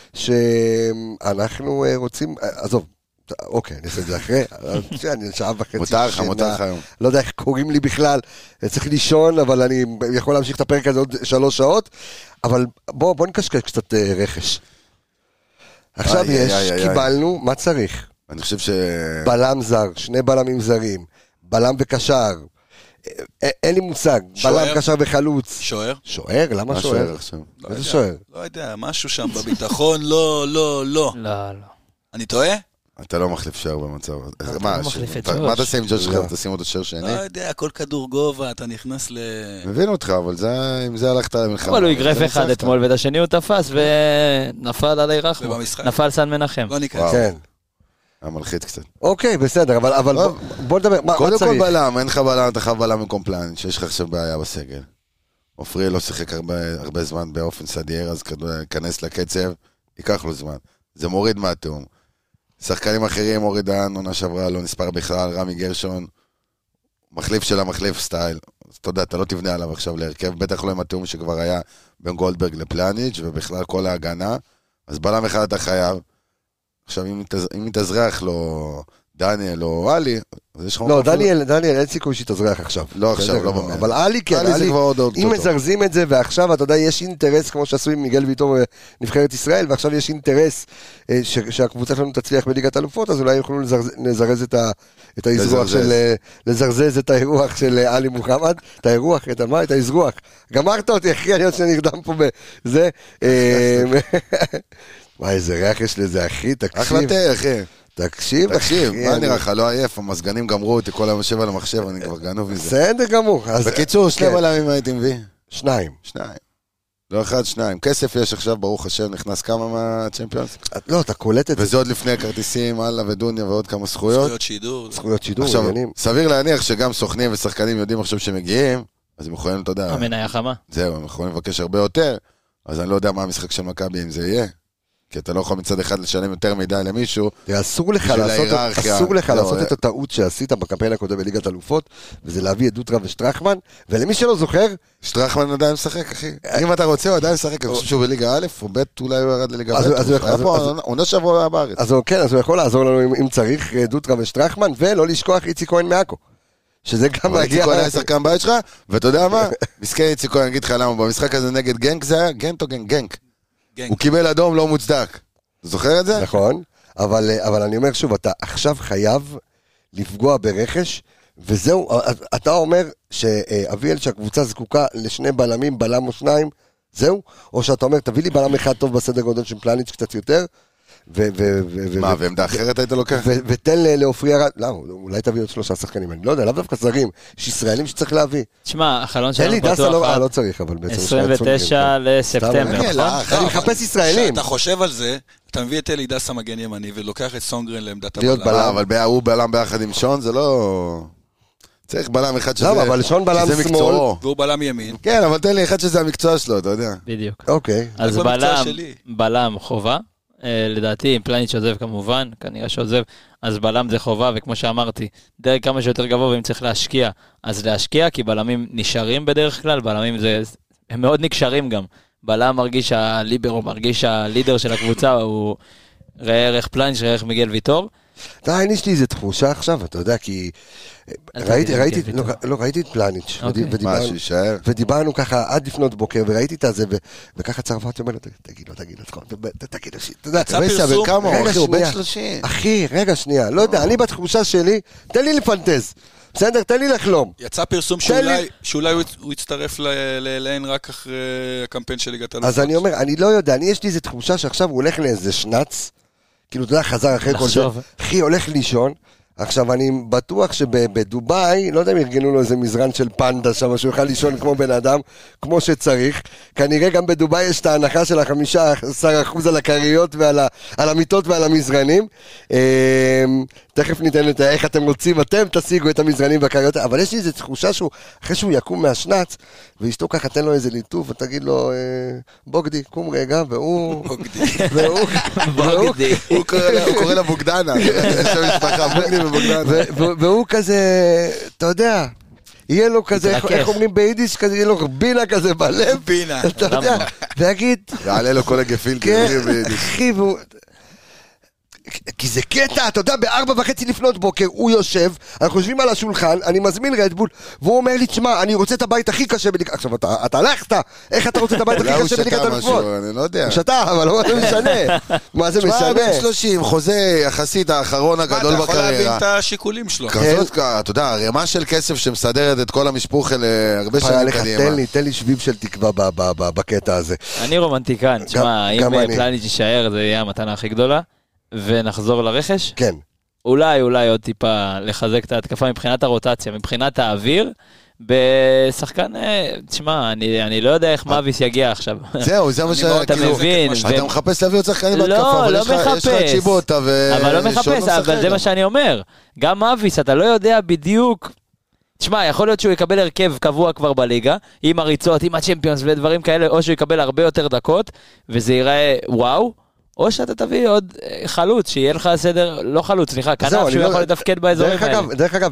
שאנחנו רוצים, עזוב, אוקיי, נעשה את זה אחרי, אני שעה וחצי. מותר לך היום. לא יודע איך קוראים לי בכלל, צריך לישון, אבל אני יכול להמשיך את הפרק הזה עוד 3 שעות, אבל בואו נקשקש קצת רכש. עכשיו קיבלנו, מה צריך? אני חושב בלם זר, 2 בלמים זרים, בלם וקשר, אין לי מושג, בלם קשר וחלוץ. שוער? שוער? למה שוער? איזה שוער? לא יודע, משהו שם בביטחון, לא. אני טועה? אתה לא מחליף שער במצב. מה אתה עושה עם ג'וש שלך? תשים אותו שער שני? לא יודע, כל כדור גובה, אתה נכנס מבין אותך, אבל עם זה הלכת למלחמה. אבל הוא יגרף אחד אתמול, ואת השני הוא תפס, ונפל עלי רחמו. נפל סן מנחם. לא ניכנס. כן. המלחיץ קצת. אוקיי, בסדר, אבל בוא נדבר, מה צריך? קודם כל בלם, אין לך בלם, אתה חייב בלם עם פלן, שיש לך עכשיו בעיה בסגל. עופרי לא שיחק הרבה זמן באופן סדיר, אז כנס לקצב, ייקח לו זמן. זה מוריד מהתאום. שחקנים אחרים, אורי דהן, עונה שעברה, לא נספר בכלל, רמי גרשון, מחליף של המחליף סטייל. אז אתה יודע, אתה לא תבנה עליו עכשיו להרכב, בטח לא עם התאום שכבר היה בין גולדברג לפלניץ' ובכלל כל ההגנה. אז בלם אחד אתה חייב. עכשיו, אם תזרח לו דניאל או אלי, אז יש לך... לא, דניאל, אין סיכוי שתזרח עכשיו. לא עכשיו, לא במאה. אבל אלי כן, אלי זה כבר עוד אם מזרזים את זה, ועכשיו, אתה יודע, יש אינטרס, כמו שעשו עם מיגל ויטור נבחרת ישראל, ועכשיו יש אינטרס שהקבוצה שלנו תצליח בליגת אלופות, אז אולי יוכלו לזרז את האזרוח של... לזרזז את האירוח של אלי מוחמד, את האירוח, את האזרוח. גמרת אותי, אחי, אני עוד שנרדם פה בזה. מה, איזה ריח יש לזה, אחי, תקשיב. החלטה, אחי. תקשיב, מה נראה לך, לא עייף, המסגנים גמרו אותי כל היום יושב על המחשב, אני כבר גנוב מזה. בסדר גמור. בקיצור, שני בלמים הייתי מביא. שניים. לא אחד, שניים. כסף יש עכשיו, ברוך השם, נכנס כמה מהצ'מפיונס? לא, אתה קולט את זה. וזה עוד לפני כרטיסים, אללה ודוניה ועוד כמה זכויות. זכויות שידור. עכשיו, סביר להניח שגם סוכנים ושחקנים יודעים עכשיו שמגיעים, אז הם יכולים, אתה יודע... המניה חמה. זהו, הם יכולים לבקש הרבה יותר, אז אני לא יודע מה המשחק של מכבי אם זה יהיה. כי אתה לא יכול מצד אחד לשלם יותר מדי למישהו. אסור לך לעשות את הטעות שעשית בקמפיין הקודם בליגת אלופות, וזה להביא את דוטרה ושטרחמן, ולמי שלא זוכר... שטרחמן עדיין משחק, אחי. אם אתה רוצה, הוא עדיין משחק, אני חושב שהוא בליגה א', או ב', אולי הוא ירד לליגה ב', היה פה עונה שבוע בארץ. אז כן, אז הוא יכול לעזור לנו אם צריך דוטרה ושטרחמן, ולא לשכוח איציק כהן מעכו. שזה גם מגיע... איציק כהן היה שחקן בית שלך, ואתה יודע מה? מסכן איציק כהן, אגיד לך למה, במשחק הזה נגד גנק זה היה גנט או גנק. הוא קיבל אדום לא מוצדק. אתה זוכר את זה? נכון, אבל אני אומר שוב, אתה עכשיו חייב לפגוע ברכש, וזהו, אתה אומר שאביאל שהקבוצה זקוקה לשני בלמים, בלם או שניים, זהו? או שאתה אומר, תביא לי בלם אחד טוב בסדר גודל של פלניץ' קצת יותר, מה, ועמדה אחרת היית לוקח? ותן לאופריה, לא, אולי תביא עוד 3 שחקנים, אני לא יודע, לאו דווקא זרים, יש ישראלים שצריך להביא. תשמע, החלון שלנו פתוח לא צריך, אבל בעצם 29 לספטמבר, נכון? אני מחפש ישראלים. כשאתה חושב על זה, אתה מביא את אלי דסה מגן ימני, ולוקח את סונגרן לעמדת הבלם. אבל הוא בלם ביחד עם שון, זה לא... צריך בלם אחד שזה... לא, אבל שון בלם שמאל. והוא בלם ימין. כן, אבל תן לי אחד שזה המקצוע שלו, אתה יודע. בדיוק. אוקיי. אז בלם חובה. לדעתי, אם פלניץ' עוזב כמובן, כנראה שעוזב, אז בלם זה חובה, וכמו שאמרתי, דרך כמה שיותר גבוה, ואם צריך להשקיע, אז להשקיע, כי בלמים נשארים בדרך כלל, בלמים הם מאוד נקשרים גם. בלם מרגיש הליברו, מרגיש הלידר של הקבוצה, הוא ראה ערך פלניץ', ראה ערך מיגל ויטור. אין לי איזה תחושה עכשיו, אתה יודע, כי ראיתי את פלניץ' ודיברנו ככה עד לפנות בוקר, וראיתי את זה, וככה צרפת אומר לו, תגיד לו, אתה יודע, הוא בן 30. אחי, רגע שנייה, לא יודע, אני בתחושה שלי, תן לי לפנטז, בסדר, תן לי לחלום. יצא פרסום שאולי הוא יצטרף לאין רק אחרי הקמפיין של ליגת אלופות. אז אני אומר, אני לא יודע, יש לי איזה תחושה שעכשיו הוא הולך לאיזה שנץ, כאילו, אתה יודע, חזר אחרי כל זה, אחי, הולך לישון, עכשיו, אני בטוח שבדובאי, לא יודע אם ארגנו לו איזה מזרן של פנדה שם, שהוא יוכל לישון כמו בן אדם, כמו שצריך, כנראה גם בדובאי יש את ההנחה של 15% על הקריות ועל המיטות ועל המזרנים, תכף ניתן את איך אתם רוצים, אתם תשיגו את המזרנים והקריות, אבל יש לי איזו תחושה שהוא, אחרי שהוא יקום מהשנץ, ואשתו ככה תן לו איזה ליטוף, ותגיד לו, בוגדי, קום רגע, והוא... בוגדי. הוא קורא לה בוגדנה, והוא כזה, אתה יודע, יהיה לו כזה, איך אומרים ביידיש, כזה יהיה לו בינה כזה בלב, בינה, אתה יודע, ויגיד, ועלה לו כל הגפיל, אחי, כי זה קטע, אתה יודע, 4:30 לפנות בוקר, הוא יושב, אנחנו יושבים על השולחן, אני מזמין רדבול, והוא אומר לי, תשמע, אני רוצה את הבית הכי קשה בליגת, עכשיו, אתה הלכת, איך אתה רוצה את הבית הכי קשה בליגת אלופות? אני לא יודע. הוא שתה, אבל לא משנה. מה זה משנה? בן 30, חוזה יחסית האחרון הגדול בקריירה. אתה יכול להבין את השיקולים שלו. כזאת, אתה יודע, רמה של כסף שמסדרת את כל המשפוך הרבה שנים קדימה. תן לי שביב של תקווה בקטע הזה. אני רומנטיקן, תשמע, אם פלניץ' יישאר, זה יהיה המתנה הכי גדולה. ונחזור לרכש? כן. אולי עוד טיפה לחזק את ההתקפה מבחינת הרוטציה, מבחינת האוויר, בשחקן, תשמע, אני לא יודע איך מאביס יגיע עכשיו. זהו, זה מה אתה מבין. אתה מחפש להביא עוד שחקנים בהתקפה, לא מחפש. יש לך את שיבוטה אבל לא מחפש, אבל זה מה שאני אומר. גם מאביס, אתה לא יודע בדיוק... תשמע, יכול להיות שהוא יקבל הרכב קבוע כבר בליגה, עם הריצות, עם הצ'מפיונס ודברים כאלה, או שהוא יקבל הרבה יותר דקות, וזה ייראה וואו, או שאתה תביא עוד חלוץ, שיהיה לך סדר, לא חלוץ, סליחה, כנף שהוא יכול לתפקד באזורים האלה. דרך אגב,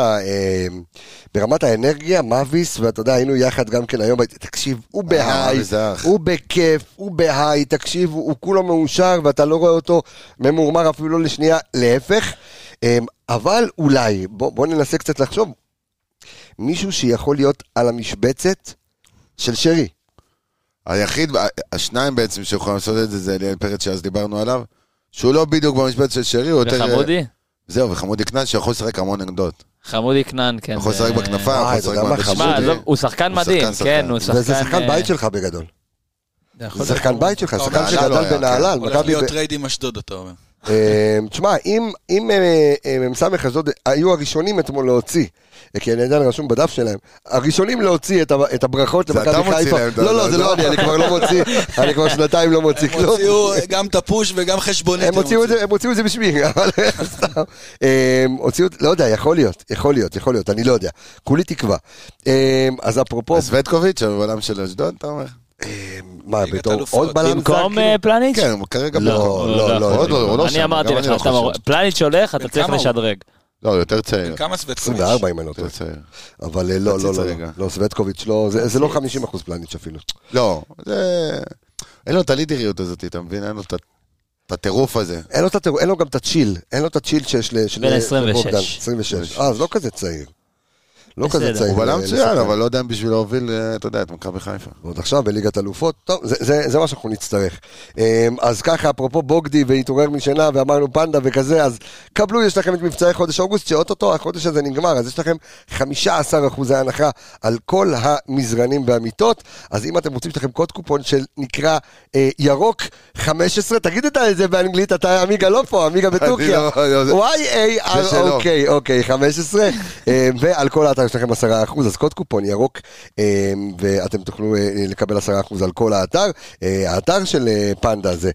ברמת האנרגיה, מאביס, ואתה יודע, היינו יחד גם כן היום, תקשיב, הוא בהיי, הוא בכיף, הוא בהיי, תקשיב, הוא כולו מאושר, ואתה לא רואה אותו ממורמר אפילו לא לשנייה, להפך. אבל אולי, בוא ננסה קצת לחשוב, מישהו שיכול להיות על המשבצת של שרי. היחיד, השניים בעצם שיכולים לעשות את זה, זה אליאל פרץ שאז דיברנו עליו, שהוא לא בדיוק במשבצת של שרי, הוא יותר... וחמודי? זהו, וחמודי כנן שיכול לשחק המון נגדות. חמודי כנן, כן. יכול לשחק בכנפה, יכול לשחק מה, הוא שחקן מדהים, כן, הוא שחקן... וזה שחקן בית שלך בגדול. זה שחקן בית שלך, שחקן שגדל בנהלל. הולך להיות טרייד עם אשדוד, אתה אומר. תשמע, אם סמך אשדוד היו הראשונים אתמול להוציא, כי אני עדיין רשום בדף שלהם, הראשונים להוציא את הברכות למכבי חיפה. לא, זה לא אני כבר לא מוציא, אני כבר שנתיים לא מוציא כלום. הם הוציאו גם תפוש וגם חשבונית. הם הוציאו את זה בשמי, אבל סתם. לא יודע, יכול להיות, אני לא יודע. כולי תקווה. אז אפרופו... סווטקוביץ', הבלם של אשדוד, אתה אומר? מה, בתור עוד בלם? במקום פלניץ'? כן, כרגע לא. אני אמרתי לך, פלניץ' הולך, אתה צריך לשדרג. לא, יותר צעיר. כמה סווטקוביץ'? 24 אם אני לא טועה. אבל לא, סווטקוביץ' לא, זה לא 50% פלניץ' אפילו. לא, אין לו את הלידריות הזאת, אתה מבין? אין לו את הטירוף הזה. אין לו גם את הצ'יל, שיש בין 26. אז לא כזה צעיר. לא כזה צעיר. הוא בלם מצוין, אבל לא יודע בשביל להוביל, אתה יודע, את מכבי חיפה. ועוד עכשיו בליגת אלופות, טוב, זה מה שאנחנו נצטרך. אז ככה, אפרופו בוגדי והתעורר משנה, ואמרנו פנדה וכזה, אז קבלו, יש לכם את מבצעי חודש אוגוסט, שאוטוטו החודש הזה נגמר, אז יש לכם 15% הנחה על כל המזרנים והמיטות, אז אם אתם רוצים, יש לכם קוד קופון של נקרא ירוק 15, תגיד את זה באנגלית, אתה אמיגה לא פה, אמיגה בטורקיה. Y-A-R-O-K, 15, ועל כל האתר יש לכם 10%, אז קוד קופון ירוק, ואתם תוכלו לקבל 10% על כל האתר. האתר של פנדה זה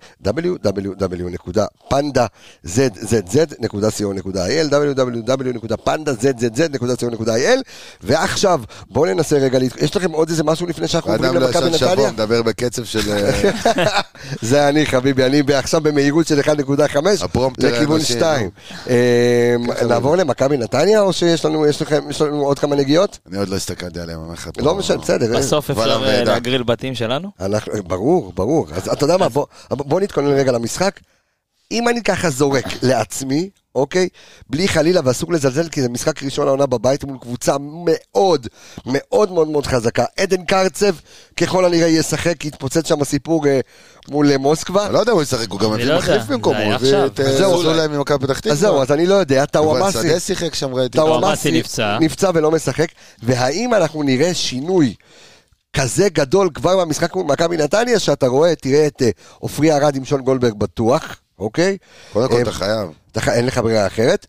www.pandazz.co.il www.pandazz.co.il ועכשיו, בואו ננסה רגע, יש לכם עוד איזה משהו לפני שאנחנו עוברים למכבי נתניה? מדבר בקצב של... זה אני חביבי, אני עכשיו במהירות של 1.5 לכיוון 2. נעבור למכבי נתניה או שיש לנו עוד כמה נגיעות? אני עוד לא הסתכלתי עליהם. לא משנה, בסדר. בסוף אפשר להגריל בתים שלנו? ברור. אז אתה יודע מה, בוא נתכונן רגע למשחק. אם אני ככה זורק לעצמי, אוקיי? בלי חלילה ואסור לזלזל, כי זה משחק ראשון העונה בבית מול קבוצה מאוד מאוד מאוד מאוד חזקה. עדן קרצב ככל הנראה ישחק, יתפוצץ שם הסיפור מול מוסקבה. אני לא יודע הוא ישחק, הוא גם מביא מחליף במקומו. זהו, להם ממכבי פתח תקווה. אז זהו, אז אני לא יודע, טאוואמאסי נפצע ולא משחק, והאם אנחנו נראה שינוי כזה גדול כבר במשחק מול מכבי נתניה, שאתה רואה, תראה את עופרי ארד עם שון גולדברג בטוח, אוקיי? קודם כל אתה חייב. אין לך ברירה אחרת,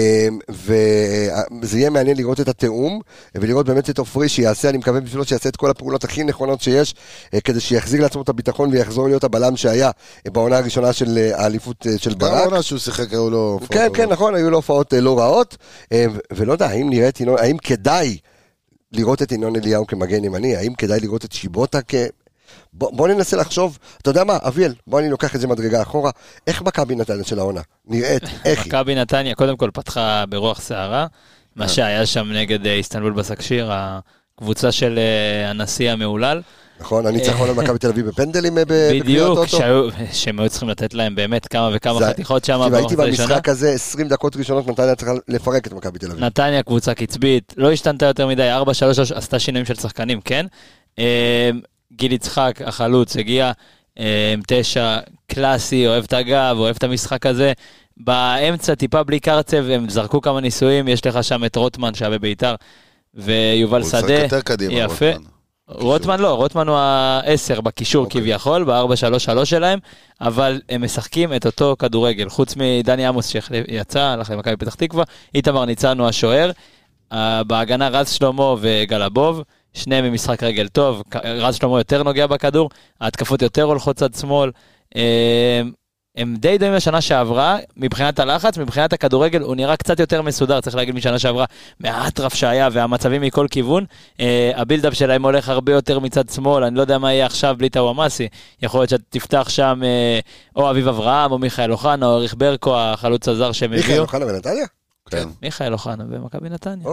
וזה יהיה מעניין לראות את התאום, ולראות באמת את עופרי שיעשה, אני מקווה בשבילו שיעשה את כל הפעולות הכי נכונות שיש, כדי שיחזיר לעצמו את הביטחון, ויחזור להיות הבלם שהיה בעונה הראשונה של האליפות של ברק. גם העונה שהוא שיחק, היו לו הופעות. כן, נכון, היו לו הופעות לא רעות, ולא יודע, האם כדאי לראות את ינון אליהו כמגן ימני, האם כדאי לראות את שיבוטה בוא ננסה לחשוב, אתה יודע מה, אביאל, בוא אני לוקח את זה מדרגה אחורה, איך מכבי נתניה של העונה? נראית, איך היא? מכבי נתניה קודם כל פתחה ברוח שערה, מה שהיה שם נגד איסטנבול בסקשיר, הקבוצה של הנשיא המעולל. נכון, הניצחון על מכבי תל אביב בפנדלים בדיוק, שהם היו צריכים לתת להם באמת כמה וכמה חתיכות שם. והייתי במשחק הזה 20 דקות ראשונות, נתניה צריכה לפרק את מכבי תל אביב. נתניה קבוצה קצבית, לא השתנתה יותר מדי, 4-3 עשתה שינויים של שחקנים, כן? גיל יצחק, החלוץ, הגיע עם 9 קלאסי, אוהב את הגב, אוהב את המשחק הזה. באמצע טיפה בלי קרצב, הם זרקו כמה ניסויים, יש לך שם את רוטמן שהיה בביתר, ויובל שדה. הוא שחק יותר קדימה, יפה. רוטמן לא, רוטמן הוא ה-10 בקישור כביכול, ב-4-3-3 שלהם, אבל הם משחקים את אותו כדורגל, חוץ מדני עמוס שיצא, הלך למכבי פתח תקווה, איתמר ניצן הוא השוער, בהגנה רז שלמה וגלבוב, שניהם ממשחק רגל טוב, רז שלמה יותר נוגע בכדור, ההתקפות יותר הולכות צד שמאל, הם די דומים לשנה שעברה, מבחינת הלחץ, מבחינת הכדורגל, הוא נראה קצת יותר מסודר, צריך להגיד משנה שעברה, מהאטרף שהיה והמצבים מכל כיוון, הבילדאפ שלהם הולך הרבה יותר מצד שמאל, אני לא יודע מה יהיה עכשיו בלי טאוואמאסי, יכול להיות שתפתח שם או אביב אברהם, או מיכאל אוחנה, או אריך ברקו, החלוץ הזר שהם הביאו. מיכאל אוחנה בנתניה? כן. מיכאל אוחנה במכבי נתניה. אוקיי.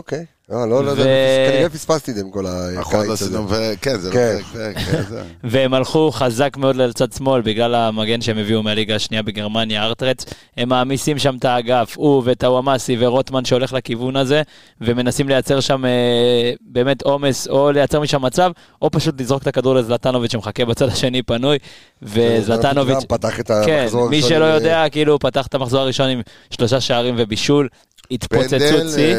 לא, כנראה פספסתי את זה עם כל הקיץ הזה. כן, זה לא פרק. והם הלכו חזק מאוד לצד שמאל, בגלל המגן שהם הביאו מהליגה השנייה בגרמניה, ארטרץ. הם מעמיסים שם את האגף, הוא וטאוואמאסי ורוטמן שהולך לכיוון הזה, ומנסים לייצר שם באמת עומס, או לייצר משם מצב, או פשוט לזרוק את הכדור לזלטנוביץ' שמחכה בצד השני פנוי, וזלטנוביץ', כן, מי שלא יודע, כאילו הוא פתח את המחזור הראשון עם 3 שערים ובישול, התפוצצות צי,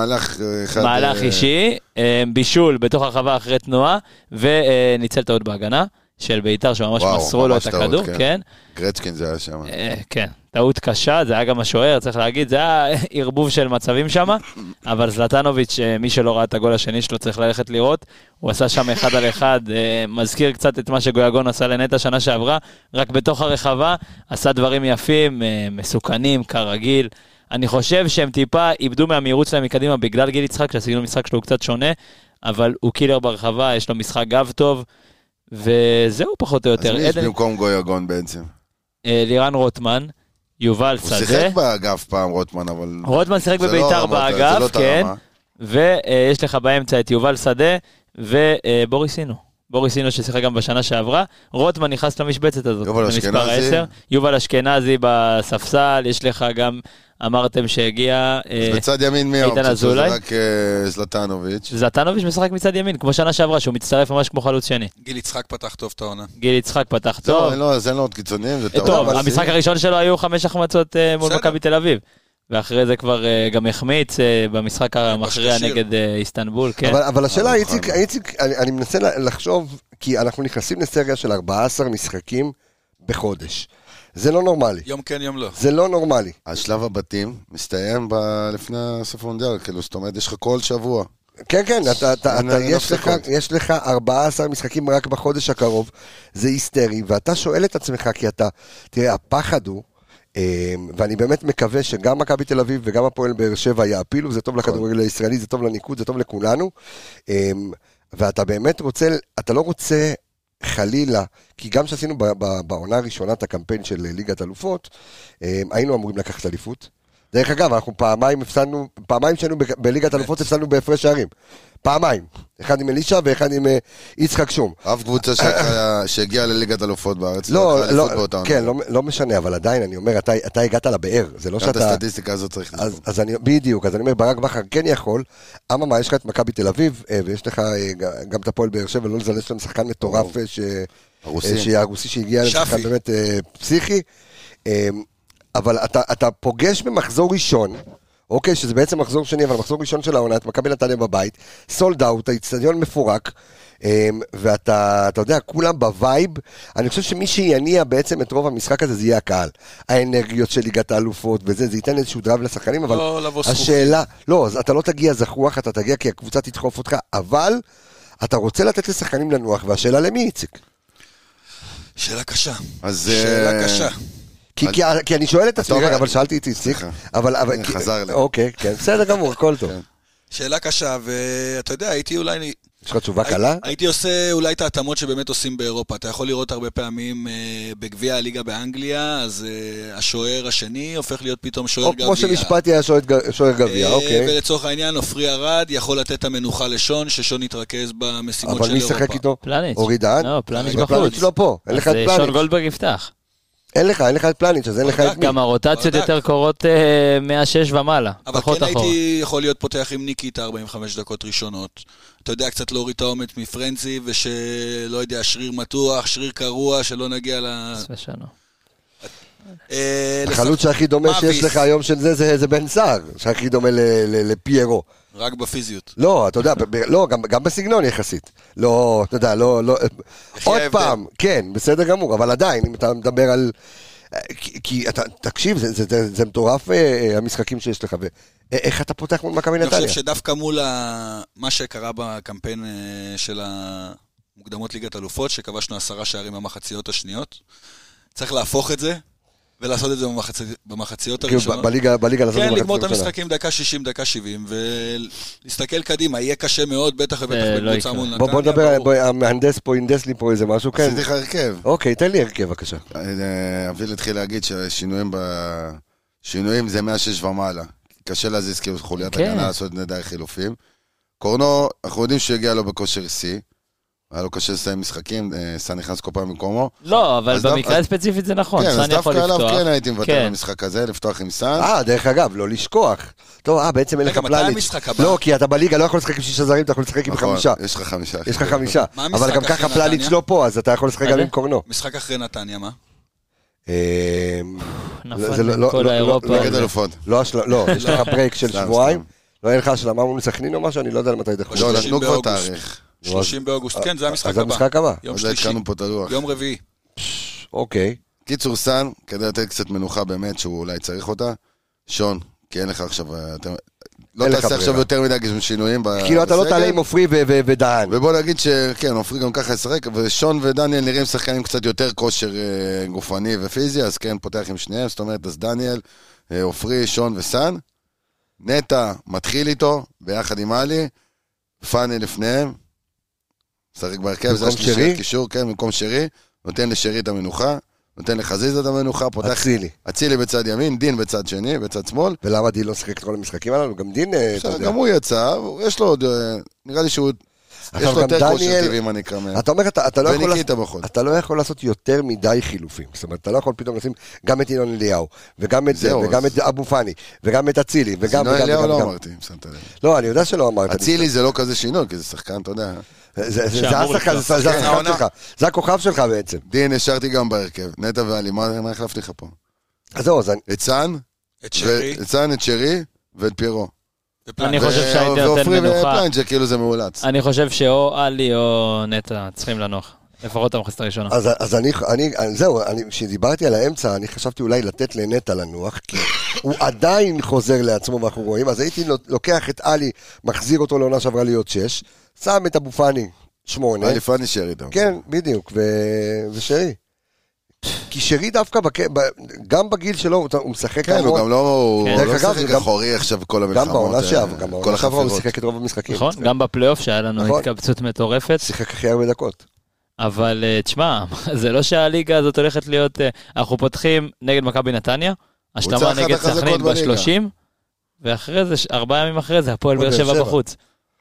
מהלך אישי, בישול בתוך הרחבה אחרי תנועה, וניצל טעות בהגנה של בית"ר שממש מסרו לו את הכדור, כן. גרצ'קין זה היה שם. כן, טעות קשה, זה היה גם השוער, צריך להגיד, זה היה ערבוב של מצבים שם, אבל זלטנוביץ', מי שלא ראה את הגול השני שלו צריך ללכת לראות, הוא עשה שם 1-1, מזכיר קצת את מה שגויגון עשה לנטע שנה שעברה, רק בתוך הרחבה, עשה דברים יפים, מסוכנים, כרגיל, אני חושב שהם טיפה איבדו מהמהירות שלהם מקדימה בגלל גיל יצחק, שהסגנון משחק שלו הוא קצת שונה, אבל הוא קילר ברחבה, יש לו משחק גב טוב, וזהו פחות או יותר. אז מי יש במקום גויגון בעצם? לירן רוטמן, יובל שדה. הוא שיחק באגף פעם רוטמן, אבל... רוטמן שיחק בביתר באגף, כן, ויש לך באמצע את יובל שדה ובוריסינו. בוריסינו ששיחק גם בשנה שעברה, רוטמן נכנס למשבצת הזאת, במספר 10, יובל אשכנזי בספסל, יש לך גם, אמרתם שהגיע... בצד ימין מי? איתן אזולאי? זה רק זלטנוביץ'. זלטנוביץ' משחק מצד ימין, כמו שנה שעברה, שהוא מצטרף ממש כמו חלוץ שני. גיל יצחק פתח טוב את העונה. גיל יצחק פתח טוב. לא, אז אין לו עוד קיצונים, זה טוב. המשחק הראשון שלו היו 5 החמצות מול מכבי תל אביב. ואחרי זה כבר גם החמיץ במשחק המכריע נגד איסטנבול, כן. אבל השאלה, איציק, אני מנסה לחשוב, כי אנחנו נכנסים לסריה של 14 משחקים בחודש. זה לא נורמלי. יום כן, יום לא. זה לא נורמלי. השלב הבתים מסתיים לפני הסוף המונדיאל, כאילו, זאת אומרת, יש לך כל שבוע. כן, יש לך 14 משחקים רק בחודש הקרוב, זה היסטרי, ואתה שואל את עצמך, כי אתה, תראה, הפחד הוא, ואני באמת מקווה שגם מכבי תל אביב וגם הפועל באר שבע יעפילו, זה טוב לכדורגל הישראלי, זה טוב לניקוד, זה טוב לכולנו, ואתה באמת רוצה, אתה לא רוצה חלילה, כי גם שעשינו בעונה הראשונה את הקמפיין של ליגת אלופות, היינו אמורים לקחת אליפות. דרך אגב, אנחנו פעמיים שהיינו בליגת אלופות, הפסדנו בהפרש שערים. פעמיים. אחד עם אלישע ואחד עם יצחק שום. אף קבוצה שהגיעה לליגת אלופות בארץ. כן, לא משנה, אבל עדיין, אני אומר, אתה הגעת לבאר. זה לא שאתה... את הסטטיסטיקה הזאת צריך לזכור. בדיוק, אז אני אומר, ברק בכר כן יכול, אממה, יש לך את מכבי תל אביב, ויש לך גם את הפועל באר שבע, ולא לזלזל שלהם שחקן מטורף, שהרוסי שהגיע לשחקן באמת פסיכי. אבל אתה פוגש במחזור ראשון, אוקיי, שזה בעצם מחזור שני, אבל מחזור ראשון של העונה, את מכבי נתניה בבית, סולד אאוט, האצטדיון מפורק, ואתה יודע, כולם בווייב, אני חושב שמי שיניע בעצם את רוב המשחק הזה, זה יהיה הקהל. האנרגיות של ליגת האלופות וזה, זה ייתן איזשהו דרייב לשחקנים, אבל השאלה, לא, אתה לא תגיע זכוח, אתה תגיע כי הקבוצה תדחוף אותך, אבל אתה רוצה לתת לשחקנים לנוח, והשאלה למי יציק? שאלה קשה. שאלה קשה. כי אני שואל את עצמי, אבל שאלתי את איציק, אבל חזר לי. אוקיי, כן, בסדר גמור, הכל טוב. שאלה קשה, ואתה יודע, הייתי אולי... יש לך תשובה קלה? הייתי עושה אולי את ההתאמות שבאמת עושים באירופה. אתה יכול לראות הרבה פעמים בגביע הליגה באנגליה, אז השוער השני הופך להיות פתאום שוער גביע. כמו שמשפטי היה שוער גביע, אוקיי. ולצורך העניין, עופרי ארד יכול לתת את המנוחה לשון, ששון יתרכז במשימות של אירופה. אבל מי שחק איתו? פלניץ'. אורי דהן? לא, פלניץ' בחוץ. פלניץ' לא פה, אין לך את פלניץ'. שון גולדברג יפתח. אין לך את פלניץ', אז אין לך את מי. גם הרוטציות יותר קורות 106 ומעלה. אבל כן הייתי יכול להיות פותח עם ניקיטה 45 דקות ראשונות. אתה יודע, קצת להוריד את העומד מפרנזי, ושלא יודע, שריר מתוח, שריר קרוע, שלא נגיע החלוץ שהכי דומה שיש לך היום של זה בן סער, שהכי דומה לפיירו. רק בפיזיות. לא, אתה יודע, גם בסגנון יחסית. לא, אתה יודע, לא... עוד פעם, כן, בסדר גמור, אבל עדיין, אם אתה מדבר על... כי תקשיב, זה מטורף המשחקים שיש לך, ואיך אתה פותח מול מכבי נתניה? אני חושב שדווקא מול מה שקרה בקמפיין של המוקדמות ליגת אלופות, שכבשנו 10 שערים במחציות השניות, צריך להפוך את זה, ולעשות את זה במחציות הראשונות. בליגה לעשות כן, לגמור את המשחקים דקה 60, דקה 70, ולהסתכל קדימה, יהיה קשה מאוד, בטח ובטח בקבוצה מול נתניה. בוא נדבר, המהנדס פה, אינדס לי פה איזה משהו, כן. עשיתי לך הרכב. אוקיי, תן לי הרכב, בבקשה. אביל התחיל להגיד ששינויים זה 106 ומעלה. קשה להזיז כאילו חוליית הגנה לעשות נדעי חילופים. קורנו, אנחנו יודעים שהגיע לו בכושר C, היה לו קשה לסיים משחקים, סן נכנס כל פעם במקומו. לא, אבל במקרה הספציפית זה נכון, כן, אז דווקא עליו כן הייתי כן. מוותר במשחק הזה, לפתוח עם סן. דרך אגב, לא לשכוח. טוב, בעצם אין לך פלניץ'. לא, כי אתה בליגה לא יכול לשחק עם 6 זרים, אתה יכול לשחק עם 5. יש לך 5. יש לך 5. אבל גם ככה פלניץ' לא פה, אז אתה יכול לשחק גם עם קורנו. משחק אחרי נתניה, מה? נפל מכל האירופה. נגד אלופות. לא, יש לך ברייק של שבועיים. לא אין לך השלמה מול סכנין או משהו, אני לא יודע למתי דחו. לא, נתנו כבר תאריך. 30 באוגוסט, כן, זה המשחק הבא. אז המשחק הבא. יום שלישי. יום רביעי. אוקיי. קיצור סן, כדי לתת קצת מנוחה באמת, שהוא אולי צריך אותה. שון, כי אין לך עכשיו... לא תעשה עכשיו יותר מדי שינויים בסגל. כאילו אתה לא תעלה עם עופרי ודהן. ובוא נגיד שכן, עופרי גם ככה ישחק, ושון ודניאל נראים שחקנים קצת יותר כושר גופני ופיזי, אז כן, פותח עם שניהם, זאת אומרת, אז דניאל, עופרי, שון וסן. נטע מתחיל איתו, ביחד עם אלי, פאני לפניהם, שחק בהרכב, זה השלישי, קישור, כן, במקום שרי, נותן לשרי את המנוחה, נותן לחזיזה את המנוחה, פותח... אצילי בצד ימין, דין בצד שני, בצד שמאל. ולמה דין לא שחק את כל המשחקים הללו? גם דין, אתה יודע. גם הוא יצא, יש לו עוד, נראה לי שהוא... יש לו יותר כושר טבעי, מה נקרא מהם. אתה אומר, אתה לא יכול לעשות יותר מדי חילופים. זאת אומרת, אתה לא יכול פתאום לשים גם את ינון אליהו, וגם את זה, וגם את אבו פאני, וגם את אצילי, וגם... ינון אליהו לא אמרתי, לא, אני יודע שלא אמרת. אצילי זה לא כזה שינוי, כי זה שחקן, אתה יודע. זה הכוכב שלך בעצם. דין, השארתי גם בהרכב. נטע ואלי, מה החלפתי לך פה? אז זהו, את סן, את שרי ואת פיירו. אני חושב שהייתי נותן מנוחה. ופליינג'ה, כאילו זה מאולץ. אני חושב שאו אלי או נטע צריכים לנוח. לפחות המחצית הראשונה. אז זהו, כשדיברתי על האמצע, אני חשבתי אולי לתת לנטע לנוח, כי הוא עדיין חוזר לעצמו ואנחנו רואים, אז הייתי לוקח את אלי, מחזיר אותו לעונה שעברה להיות 6, שם את אבו פאני 8. אלי פאני שרי. כן, בדיוק, ושרי. כי שרי דווקא, גם בגיל שלו, הוא משחק כן, הוא גם לא משחק אחורי עכשיו כל המלחמות. גם בעונה שעברה הוא שיחק את רוב המשחקים. נכון, גם בפלייאוף שהיה לנו התקבצות מטורפת. שיחק הכי הרבה דקות. אבל תשמע, זה לא שהליגה הזאת הולכת להיות, אנחנו פותחים נגד מכבי נתניה, השלמה נגד סכנין ב-30, ואחרי זה, 4 ימים אחרי זה, הפועל באר שבע בחוץ.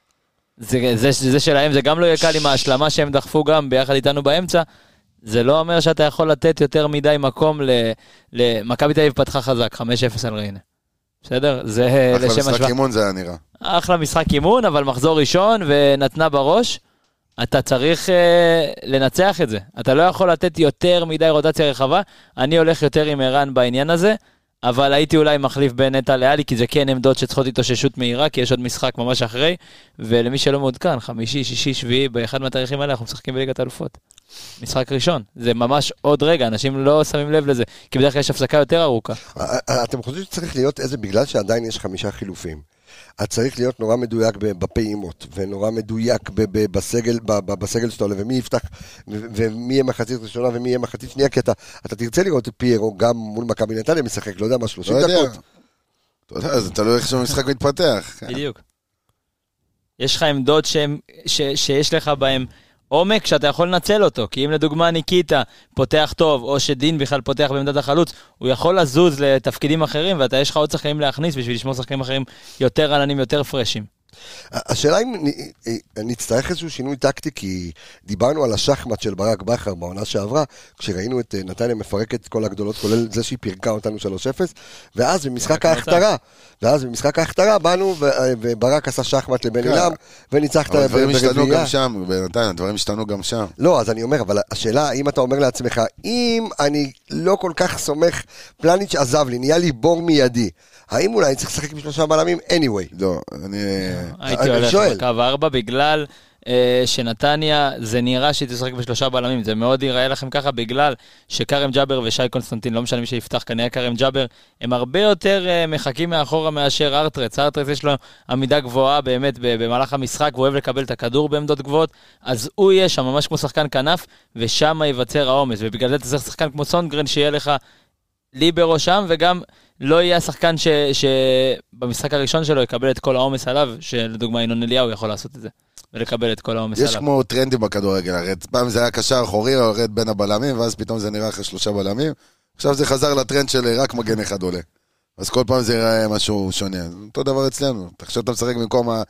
זה שלהם, זה גם לא יהיה קל עם ההשלמה שהם דחפו גם ביחד איתנו באמצע, זה לא אומר שאתה יכול לתת יותר מדי מקום למכבי תל אביב פתחה חזק, 5-0 על ריינה. בסדר? זה אחלה משחק אימון זה היה נראה. אחלה משחק אימון, אבל מחזור ראשון ונתנה בראש, אתה צריך לנצח את זה. אתה לא יכול לתת יותר מדי רוטציה רחבה, אני הולך יותר עם ערן בעניין הזה, אבל הייתי אולי מחליף בין נטע לאלי, כי זה כן עמדות שצריכות התאוששות מהירה, כי יש עוד משחק ממש אחרי, ולמי שלא מעודכן, 5, 6, 7, באחד מהתאריכים האלה אנחנו משחקים בליגת האלופות. משחק ראשון, זה ממש עוד רגע, אנשים לא שמים לב לזה, כי בדרך כלל יש הפסקה יותר ארוכה. אתם חושבים שצריך להיות איזה, בגלל שעדיין יש 5 חילופים, את צריך להיות נורא מדויק בפעימות, ונורא מדויק בסגל שאתה עולה, ומי יפתח, ומי יהיה מחצית ראשונה, ומי יהיה מחצית שנייה, כי אתה תרצה לראות את פיירו גם מול מכבי נתניה משחק, לא יודע מה, 30 דקות. אתה יודע, זה תלוי איך שהמשחק מתפתח. בדיוק. יש לך עמדות שיש לך בהן עומק שאתה יכול לנצל אותו, כי אם לדוגמה ניקיטה פותח טוב, או שדין בכלל פותח בעמדת החלוץ, הוא יכול לזוז לתפקידים אחרים, ואתה יש לך עוד שחקנים להכניס בשביל לשמור שחקנים אחרים יותר עננים, יותר פרשים. השאלה אם נצטרך איזשהו שינוי טקטי, כי דיברנו על השחמט של ברק בכר בעונה שעברה, כשראינו את נתניה מפרקת את כל הגדולות, כולל זה שהיא פירקה אותנו 3-0, ואז במשחק ההכתרה באנו, וברק עשה שחמט לבן אילם, וניצח את הרביעייה. הדברים השתנו גם שם, בנתניה, הדברים השתנו גם שם. לא, אז אני אומר, אבל השאלה, אם אתה אומר לעצמך, אם אני לא כל כך סומך, פלניץ' עזב לי, נהיה לי בור מיידי, האם אולי אני צריך לשחק עם 3 בלמים? anyway. לא, הייתי הולך בקו 4 בגלל שנתניה, זה נראה שהיא תשחק ב3 בלמים, זה מאוד ייראה לכם ככה בגלל שקרם ג'אבר ושי קונסטנטין, לא משנה מי שיפתח כנראה קרם ג'אבר, הם הרבה יותר מחכים מאחורה מאשר ארטרץ. ארטרץ יש לו עמידה גבוהה באמת במהלך המשחק, והוא אוהב לקבל את הכדור בעמדות גבוהות, אז הוא יהיה שם ממש כמו שחקן כנף, ושם ייווצר העומס, ובגלל זה תצטרך שחקן כמו סונגרן שיהיה לך ליברו שם, וגם לא יהיה השחקן שבמשחק הראשון שלו יקבל את כל העומס עליו, שלדוגמה ינון אליהו יכול לעשות את זה, ולקבל את כל העומס עליו. יש כמו טרנדים בכדורגל, פעם זה היה קשר אחורי, או רד בין הבלמים, ואז פתאום זה נראה אחרי 3 בלמים, עכשיו זה חזר לטרנד של רק מגן אחד עולה. אז כל פעם זה יראה משהו שונה. אותו דבר אצלנו, תחשוב אתה משחק במקום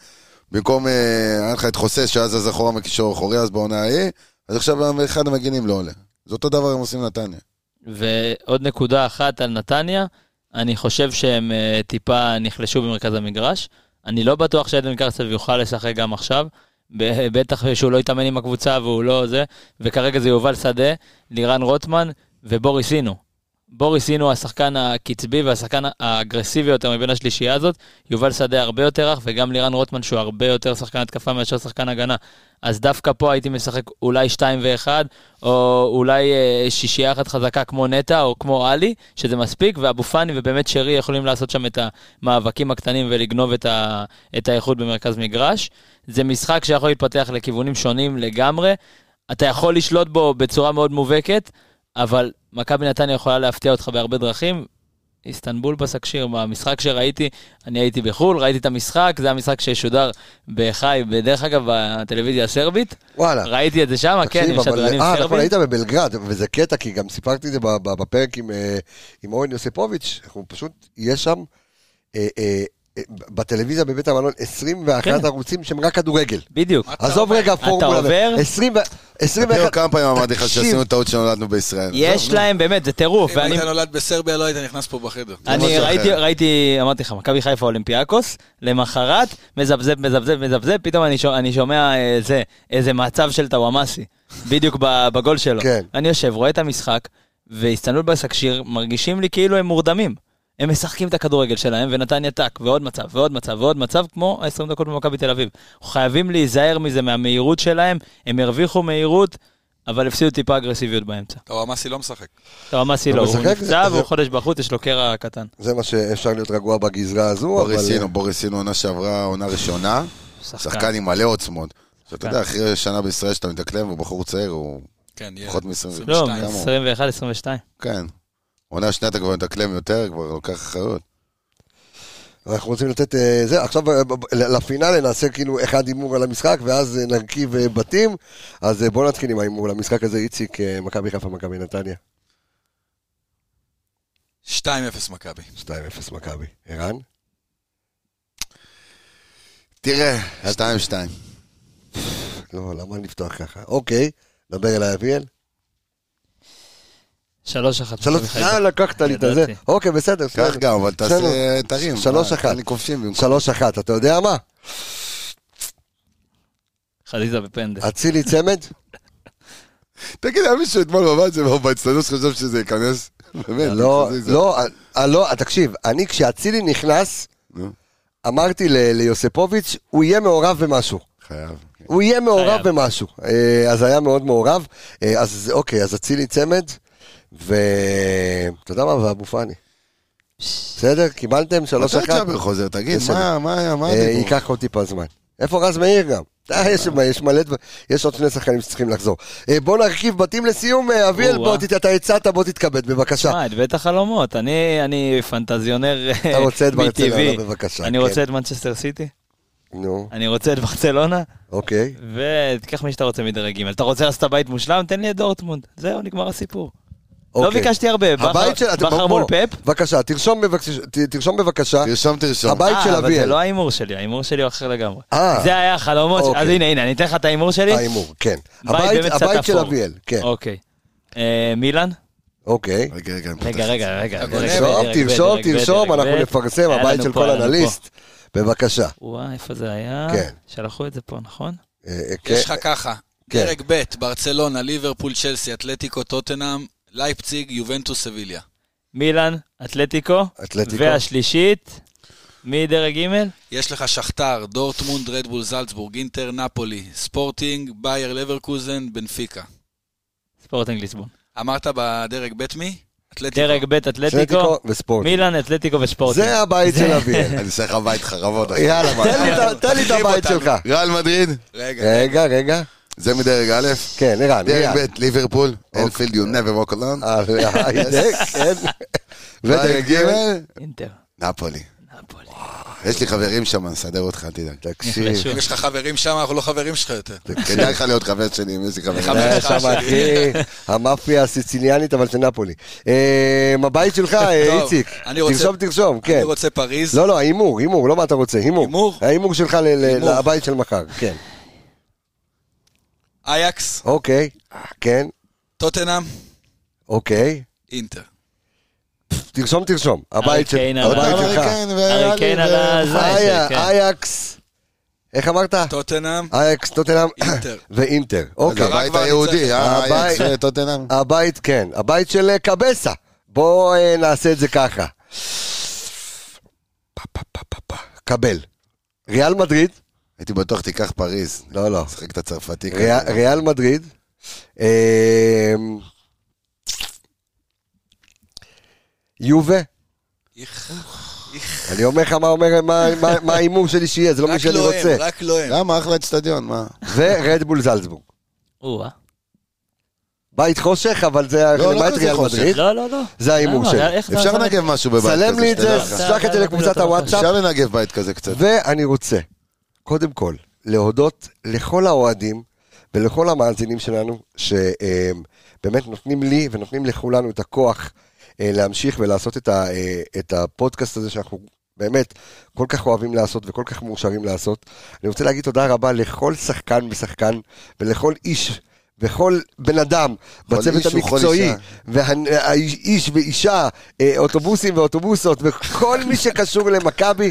במקום, היה לך את חוסס, שאז אז אחורה מקישור אחורי, אז בעונה ההיא, אז עכשיו אחד המגינים לא עולה. זה אותו דבר הם עושים נתניה. ועוד נקודה אחת על נתניה, אני חושב שהם טיפה נחלשו במרכז המגרש. אני לא בטוח שעדן קרצב יוכל לשחק גם עכשיו, בטח שהוא לא יתאמן עם הקבוצה והוא לא זה, וכרגע זה יובל שדה, לירן רוטמן ובוריס אינו. בוריס אינו השחקן הקצבי והשחקן האגרסיבי יותר מבין השלישייה הזאת, יובל שדה הרבה יותר רך, וגם לירן רוטמן שהוא הרבה יותר שחקן התקפה מאשר שחקן הגנה. אז דווקא פה הייתי משחק אולי 2 ו-1, או אולי שישייה אחת חזקה כמו נטה או כמו אלי, שזה מספיק, ואבו פני ובאמת שרי יכולים לעשות שם את המאבקים הקטנים ולגנוב את האיכות במרכז מגרש. זה משחק שיכול להתפתח לכיוונים שונים לגמרי, אתה יכול לשלוט בו בצורה מאוד מובהקת, אבל מכבי נתניה יכולה להפתיע אותך בהרבה דרכים. איסטנבול בסקשיר, במשחק שראיתי, אני הייתי בחול, ראיתי את המשחק, זה המשחק ששודר בחי, בדרך אגב, בטלוויזיה הסרבית. וואלה. ראיתי את זה שם, כן, עם שדרנים סרבים. נכון, היית בבלגרד, וזה קטע, כי גם סיפרתי את זה בפרק עם אורן יוסיפוביץ', אנחנו פשוט, יש שם, בטלוויזיה בבית המלון 21 ערוצים שהם רק כדורגל. בדיוק. עזוב רגע פורמולה. אתה עובר? 21. כמה פעמים אמרתי לך שעשינו טעות שנולדנו בישראל. יש להם באמת, זה טירוף. אם היית נולד בסרביה, לא היית נכנס פה בחדר. אני ראיתי, אמרתי לך, מכבי חיפה אולימפיאקוס, למחרת, מזבזב, פתאום אני שומע איזה מצב של טוואמאסי, בדיוק בגול שלו. אני יושב, רואה את המשחק, והסתנול בסקשיר, מרגישים לי כאילו הם מורדמים. הם משחקים את הכדורגל שלהם, ונתניה טק, ועוד מצב, ועוד מצב, ועוד מצב, כמו 20 דקות במכבי תל אביב. חייבים להיזהר מזה, מהמהירות שלהם, הם הרוויחו מהירות, אבל הפסידו טיפה אגרסיביות באמצע. טוואמאסי לא משחק. טוואמאסי לא, הוא נפצע, והוא חודש בחוץ, יש לו קרע קטן. זה מה שאפשר להיות רגוע בגזרה הזו, בוריסינו עונה שעברה, עונה ראשונה, שחקן עם מלא עוצמות. אתה יודע, אחרי שנה בישראל שאתה מתקלם, הוא בחור צעיר, הוא פחות מ-22. לא, 21, 22. כן. עונה שנייה אתה כבר מתקלם יותר, כבר לוקח אחריות. אנחנו רוצים לתת זה, עכשיו לפינאלי נעשה כאילו אחד אימור על המשחק, ואז נרכיב בתים, אז בואו נתחיל עם האימור למשחק הזה, איציק, מכבי חיפה, מכבי נתניה. 2-0 מכבי. 2-0 מכבי. ערן? תראה, 2-2. לא, למה לפתוח ככה? אוקיי, נדבר אליי אביאל. 3-1. לקחת לי את זה. אוקיי, בסדר. כך גם, אבל תעשה תרים. 3-1. 3-1, אתה יודע מה? חזיזה בפנדל. אצילי צמד? תגיד, היה מישהו אתמול בבית זה, בהצטנות שחושב שזה ייכנס? לא, תקשיב, אני כשאצילי נכנס, אמרתי ליוסיפוביץ', הוא יהיה מעורב במשהו. חייב. הוא יהיה מעורב במשהו. אז היה מאוד מעורב. אז אוקיי, אז אצילי צמד. ואתה יודע מה, ואבו פני. בסדר? קיבלתם 3-1. מתי ג'אבר חוזר? תגיד, מה? ייקח עוד טיפה זמן. איפה רז מאיר גם? יש מלא, יש עוד 2 שחקנים שצריכים לחזור. בוא נרכיב בתים לסיום, אביאל, אתה הצעת, בוא תתכבד, בבקשה. מה, את בית החלומות, אני פנטזיונר מטבעי. אתה רוצה את ברצלונה, בבקשה. אני רוצה את מנצ'סטר סיטי. נו. אני רוצה את ברצלונה. אוקיי. ותיקח מי שאתה רוצה מדרג ג'. אתה רוצה לעשות הבית מושלם? תן לי את דורטמונד. זהו, נגמר הסיפור. לא ביקשתי הרבה, בחר מול פאפ. בבקשה, תרשום בבקשה. תרשום. הבית של אבל אביאל. זה לא האימור שלי, האימור שלי הוא אחר לגמרי. זה היה החלומות, אז הנה, אני אתן לך את האימור שלי. האימור, כן. הבית של אביאל, כן. אוקיי. מילאן? אוקיי. רגע. תרשום, אנחנו נפרסם, הבית של כל אנליסט. בבקשה. וואי, איפה זה היה? כן. שלחו את זה פה, נכון? יש לך ככה, דרג ב', ברצלונה, ליברפול, צ'לסי, אתלטיקו, טוטנהאם, לייפציג, יובנטוס, סביליה. מילאן, אתלטיקו, והשלישית, מי דרג ג'? יש לך שכתר, דורטמונד, רדבול, זלצבורג, אינטר, נפולי, ספורטינג, בייר, לברקוזן, בנפיקה. ספורטינג ליסבון. אמרת בדרג ב' מי? דרג ב' אתלטיקו וספורטינג. מילאן, אתלטיקו וספורטינג. זה הבית של אביאל. אני אעשה לך בית חרבות. יאללה, תן לי את הבית שלך. ריאל מדריד. רגע. זה מדרג א', כן, ערן. דרג ב', ליברפול, אנפילד, you never walk alone. כן. ודרג ג', אינטר. נפולי. יש לי חברים שם, נסדר אותך, תדאג. תקשיב. אם יש לך חברים שם, אנחנו לא חברים שלך יותר. כדאי לך להיות חבר שלי, אם יש לי חברים. חבר שלך שם אחי, המאפיה הסיציליאנית, אבל של נפולי. הבית שלך, איציק. תרשום, כן. אני רוצה פריז. לא, הימור, לא מה אתה רוצה, הימור. ההימור שלך לבית של מחר, כן. אייקס. אוקיי, כן. טוטנהאם. אוקיי. אינטר. תרשום. הבית שלך. ארי קיין על הזה. אייקס. איך אמרת? טוטנאם. אייקס, טוטנאם. אינטר. ואינטר. אוקיי. הבית היהודי, אייקס וטוטנאם. הבית, כן. הבית של קבסה. בואו נעשה את זה ככה. קבל. ריאל מדריד. הייתי בטוח תיקח פריז. לא. שחק את הצרפתי. ריאל מדריד. יובה. אני אומר לך מה האימור שלי שיהיה, זה לא מי שאני רוצה. רק לא הם. למה? אחלה אצטדיון, מה? ורדבול זלצבורג. בית חושך, אבל זה למעט ריאל מדריד. לא. זה האימור שלי. אפשר לנגב משהו בבית כזה. צלם לי את זה, שלח את זה לקבוצת הוואטסאפ. אפשר לנגב בית כזה קצת. ואני רוצה, קודם כל, להודות לכל האוהדים ולכל המאזינים שלנו, שבאמת נותנים לי ונותנים לכולנו את הכוח להמשיך ולעשות את הפודקאסט הזה שאנחנו באמת כל כך אוהבים לעשות וכל כך מאושרים לעשות. אני רוצה להגיד תודה רבה לכל שחקן ושחקן ולכל איש וכל בן אדם בצוות המקצועי, והאיש ואישה, אוטובוסים ואוטובוסות וכל מי שקשור למכבי,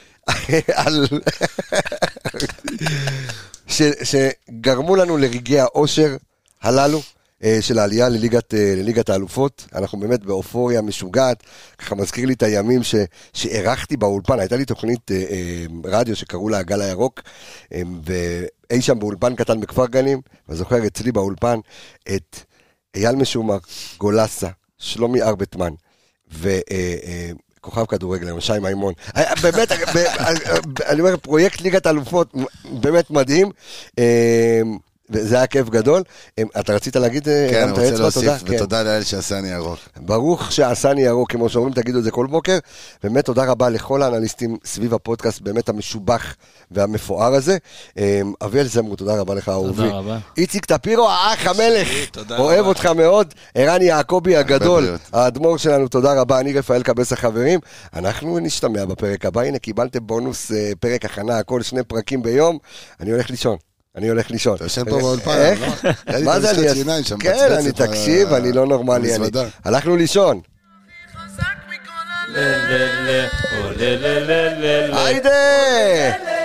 שגרמו לנו לרגעי האושר הללו של העלייה לליגת האלופות. אנחנו באמת באופוריה משוגעת, ככה מזכיר לי את הימים שערכתי באולפן, הייתה לי תוכנית רדיו שקראו לה הגל הירוק, ואי שם באולפן קטן בכפר גנים, וזוכר אצלי באולפן את אייל משומר, גולסה, שלומי ארבטמן, וכוכב כדורגל, שי מימון. באמת, אני אומר, פרויקט ליגת האלופות באמת מדהים, וזה היה כיף גדול. אתה רצית להגיד? כן, אני רוצה להוסיף, ותודה לאל שעשני ירוק. ברוך שעשני ירוק, כמו שאומרים, תגידו את זה כל בוקר. באמת תודה רבה לכל האנליסטים סביב הפודקאסט, באמת המשובח והמפואר הזה. אביאל זמרו, תודה רבה לך, אהובי. תודה רבה. איציק טפירו, האח המלך. אוהב אותך מאוד. ערן יעקבי הגדול, האדמו"ר שלנו, תודה רבה. אני רפאל קבס החברים. אנחנו נשתמע בפרק הבא. הנה, קיבלתם בונוס פרק הכנה, הכל 2 פרקים ביום. אני הולך לישון. אתה יושן פה באולפן, לא? מה זה אני? כן, אני תקשיב, אני לא נורמלי. הלכנו לישון. היידה!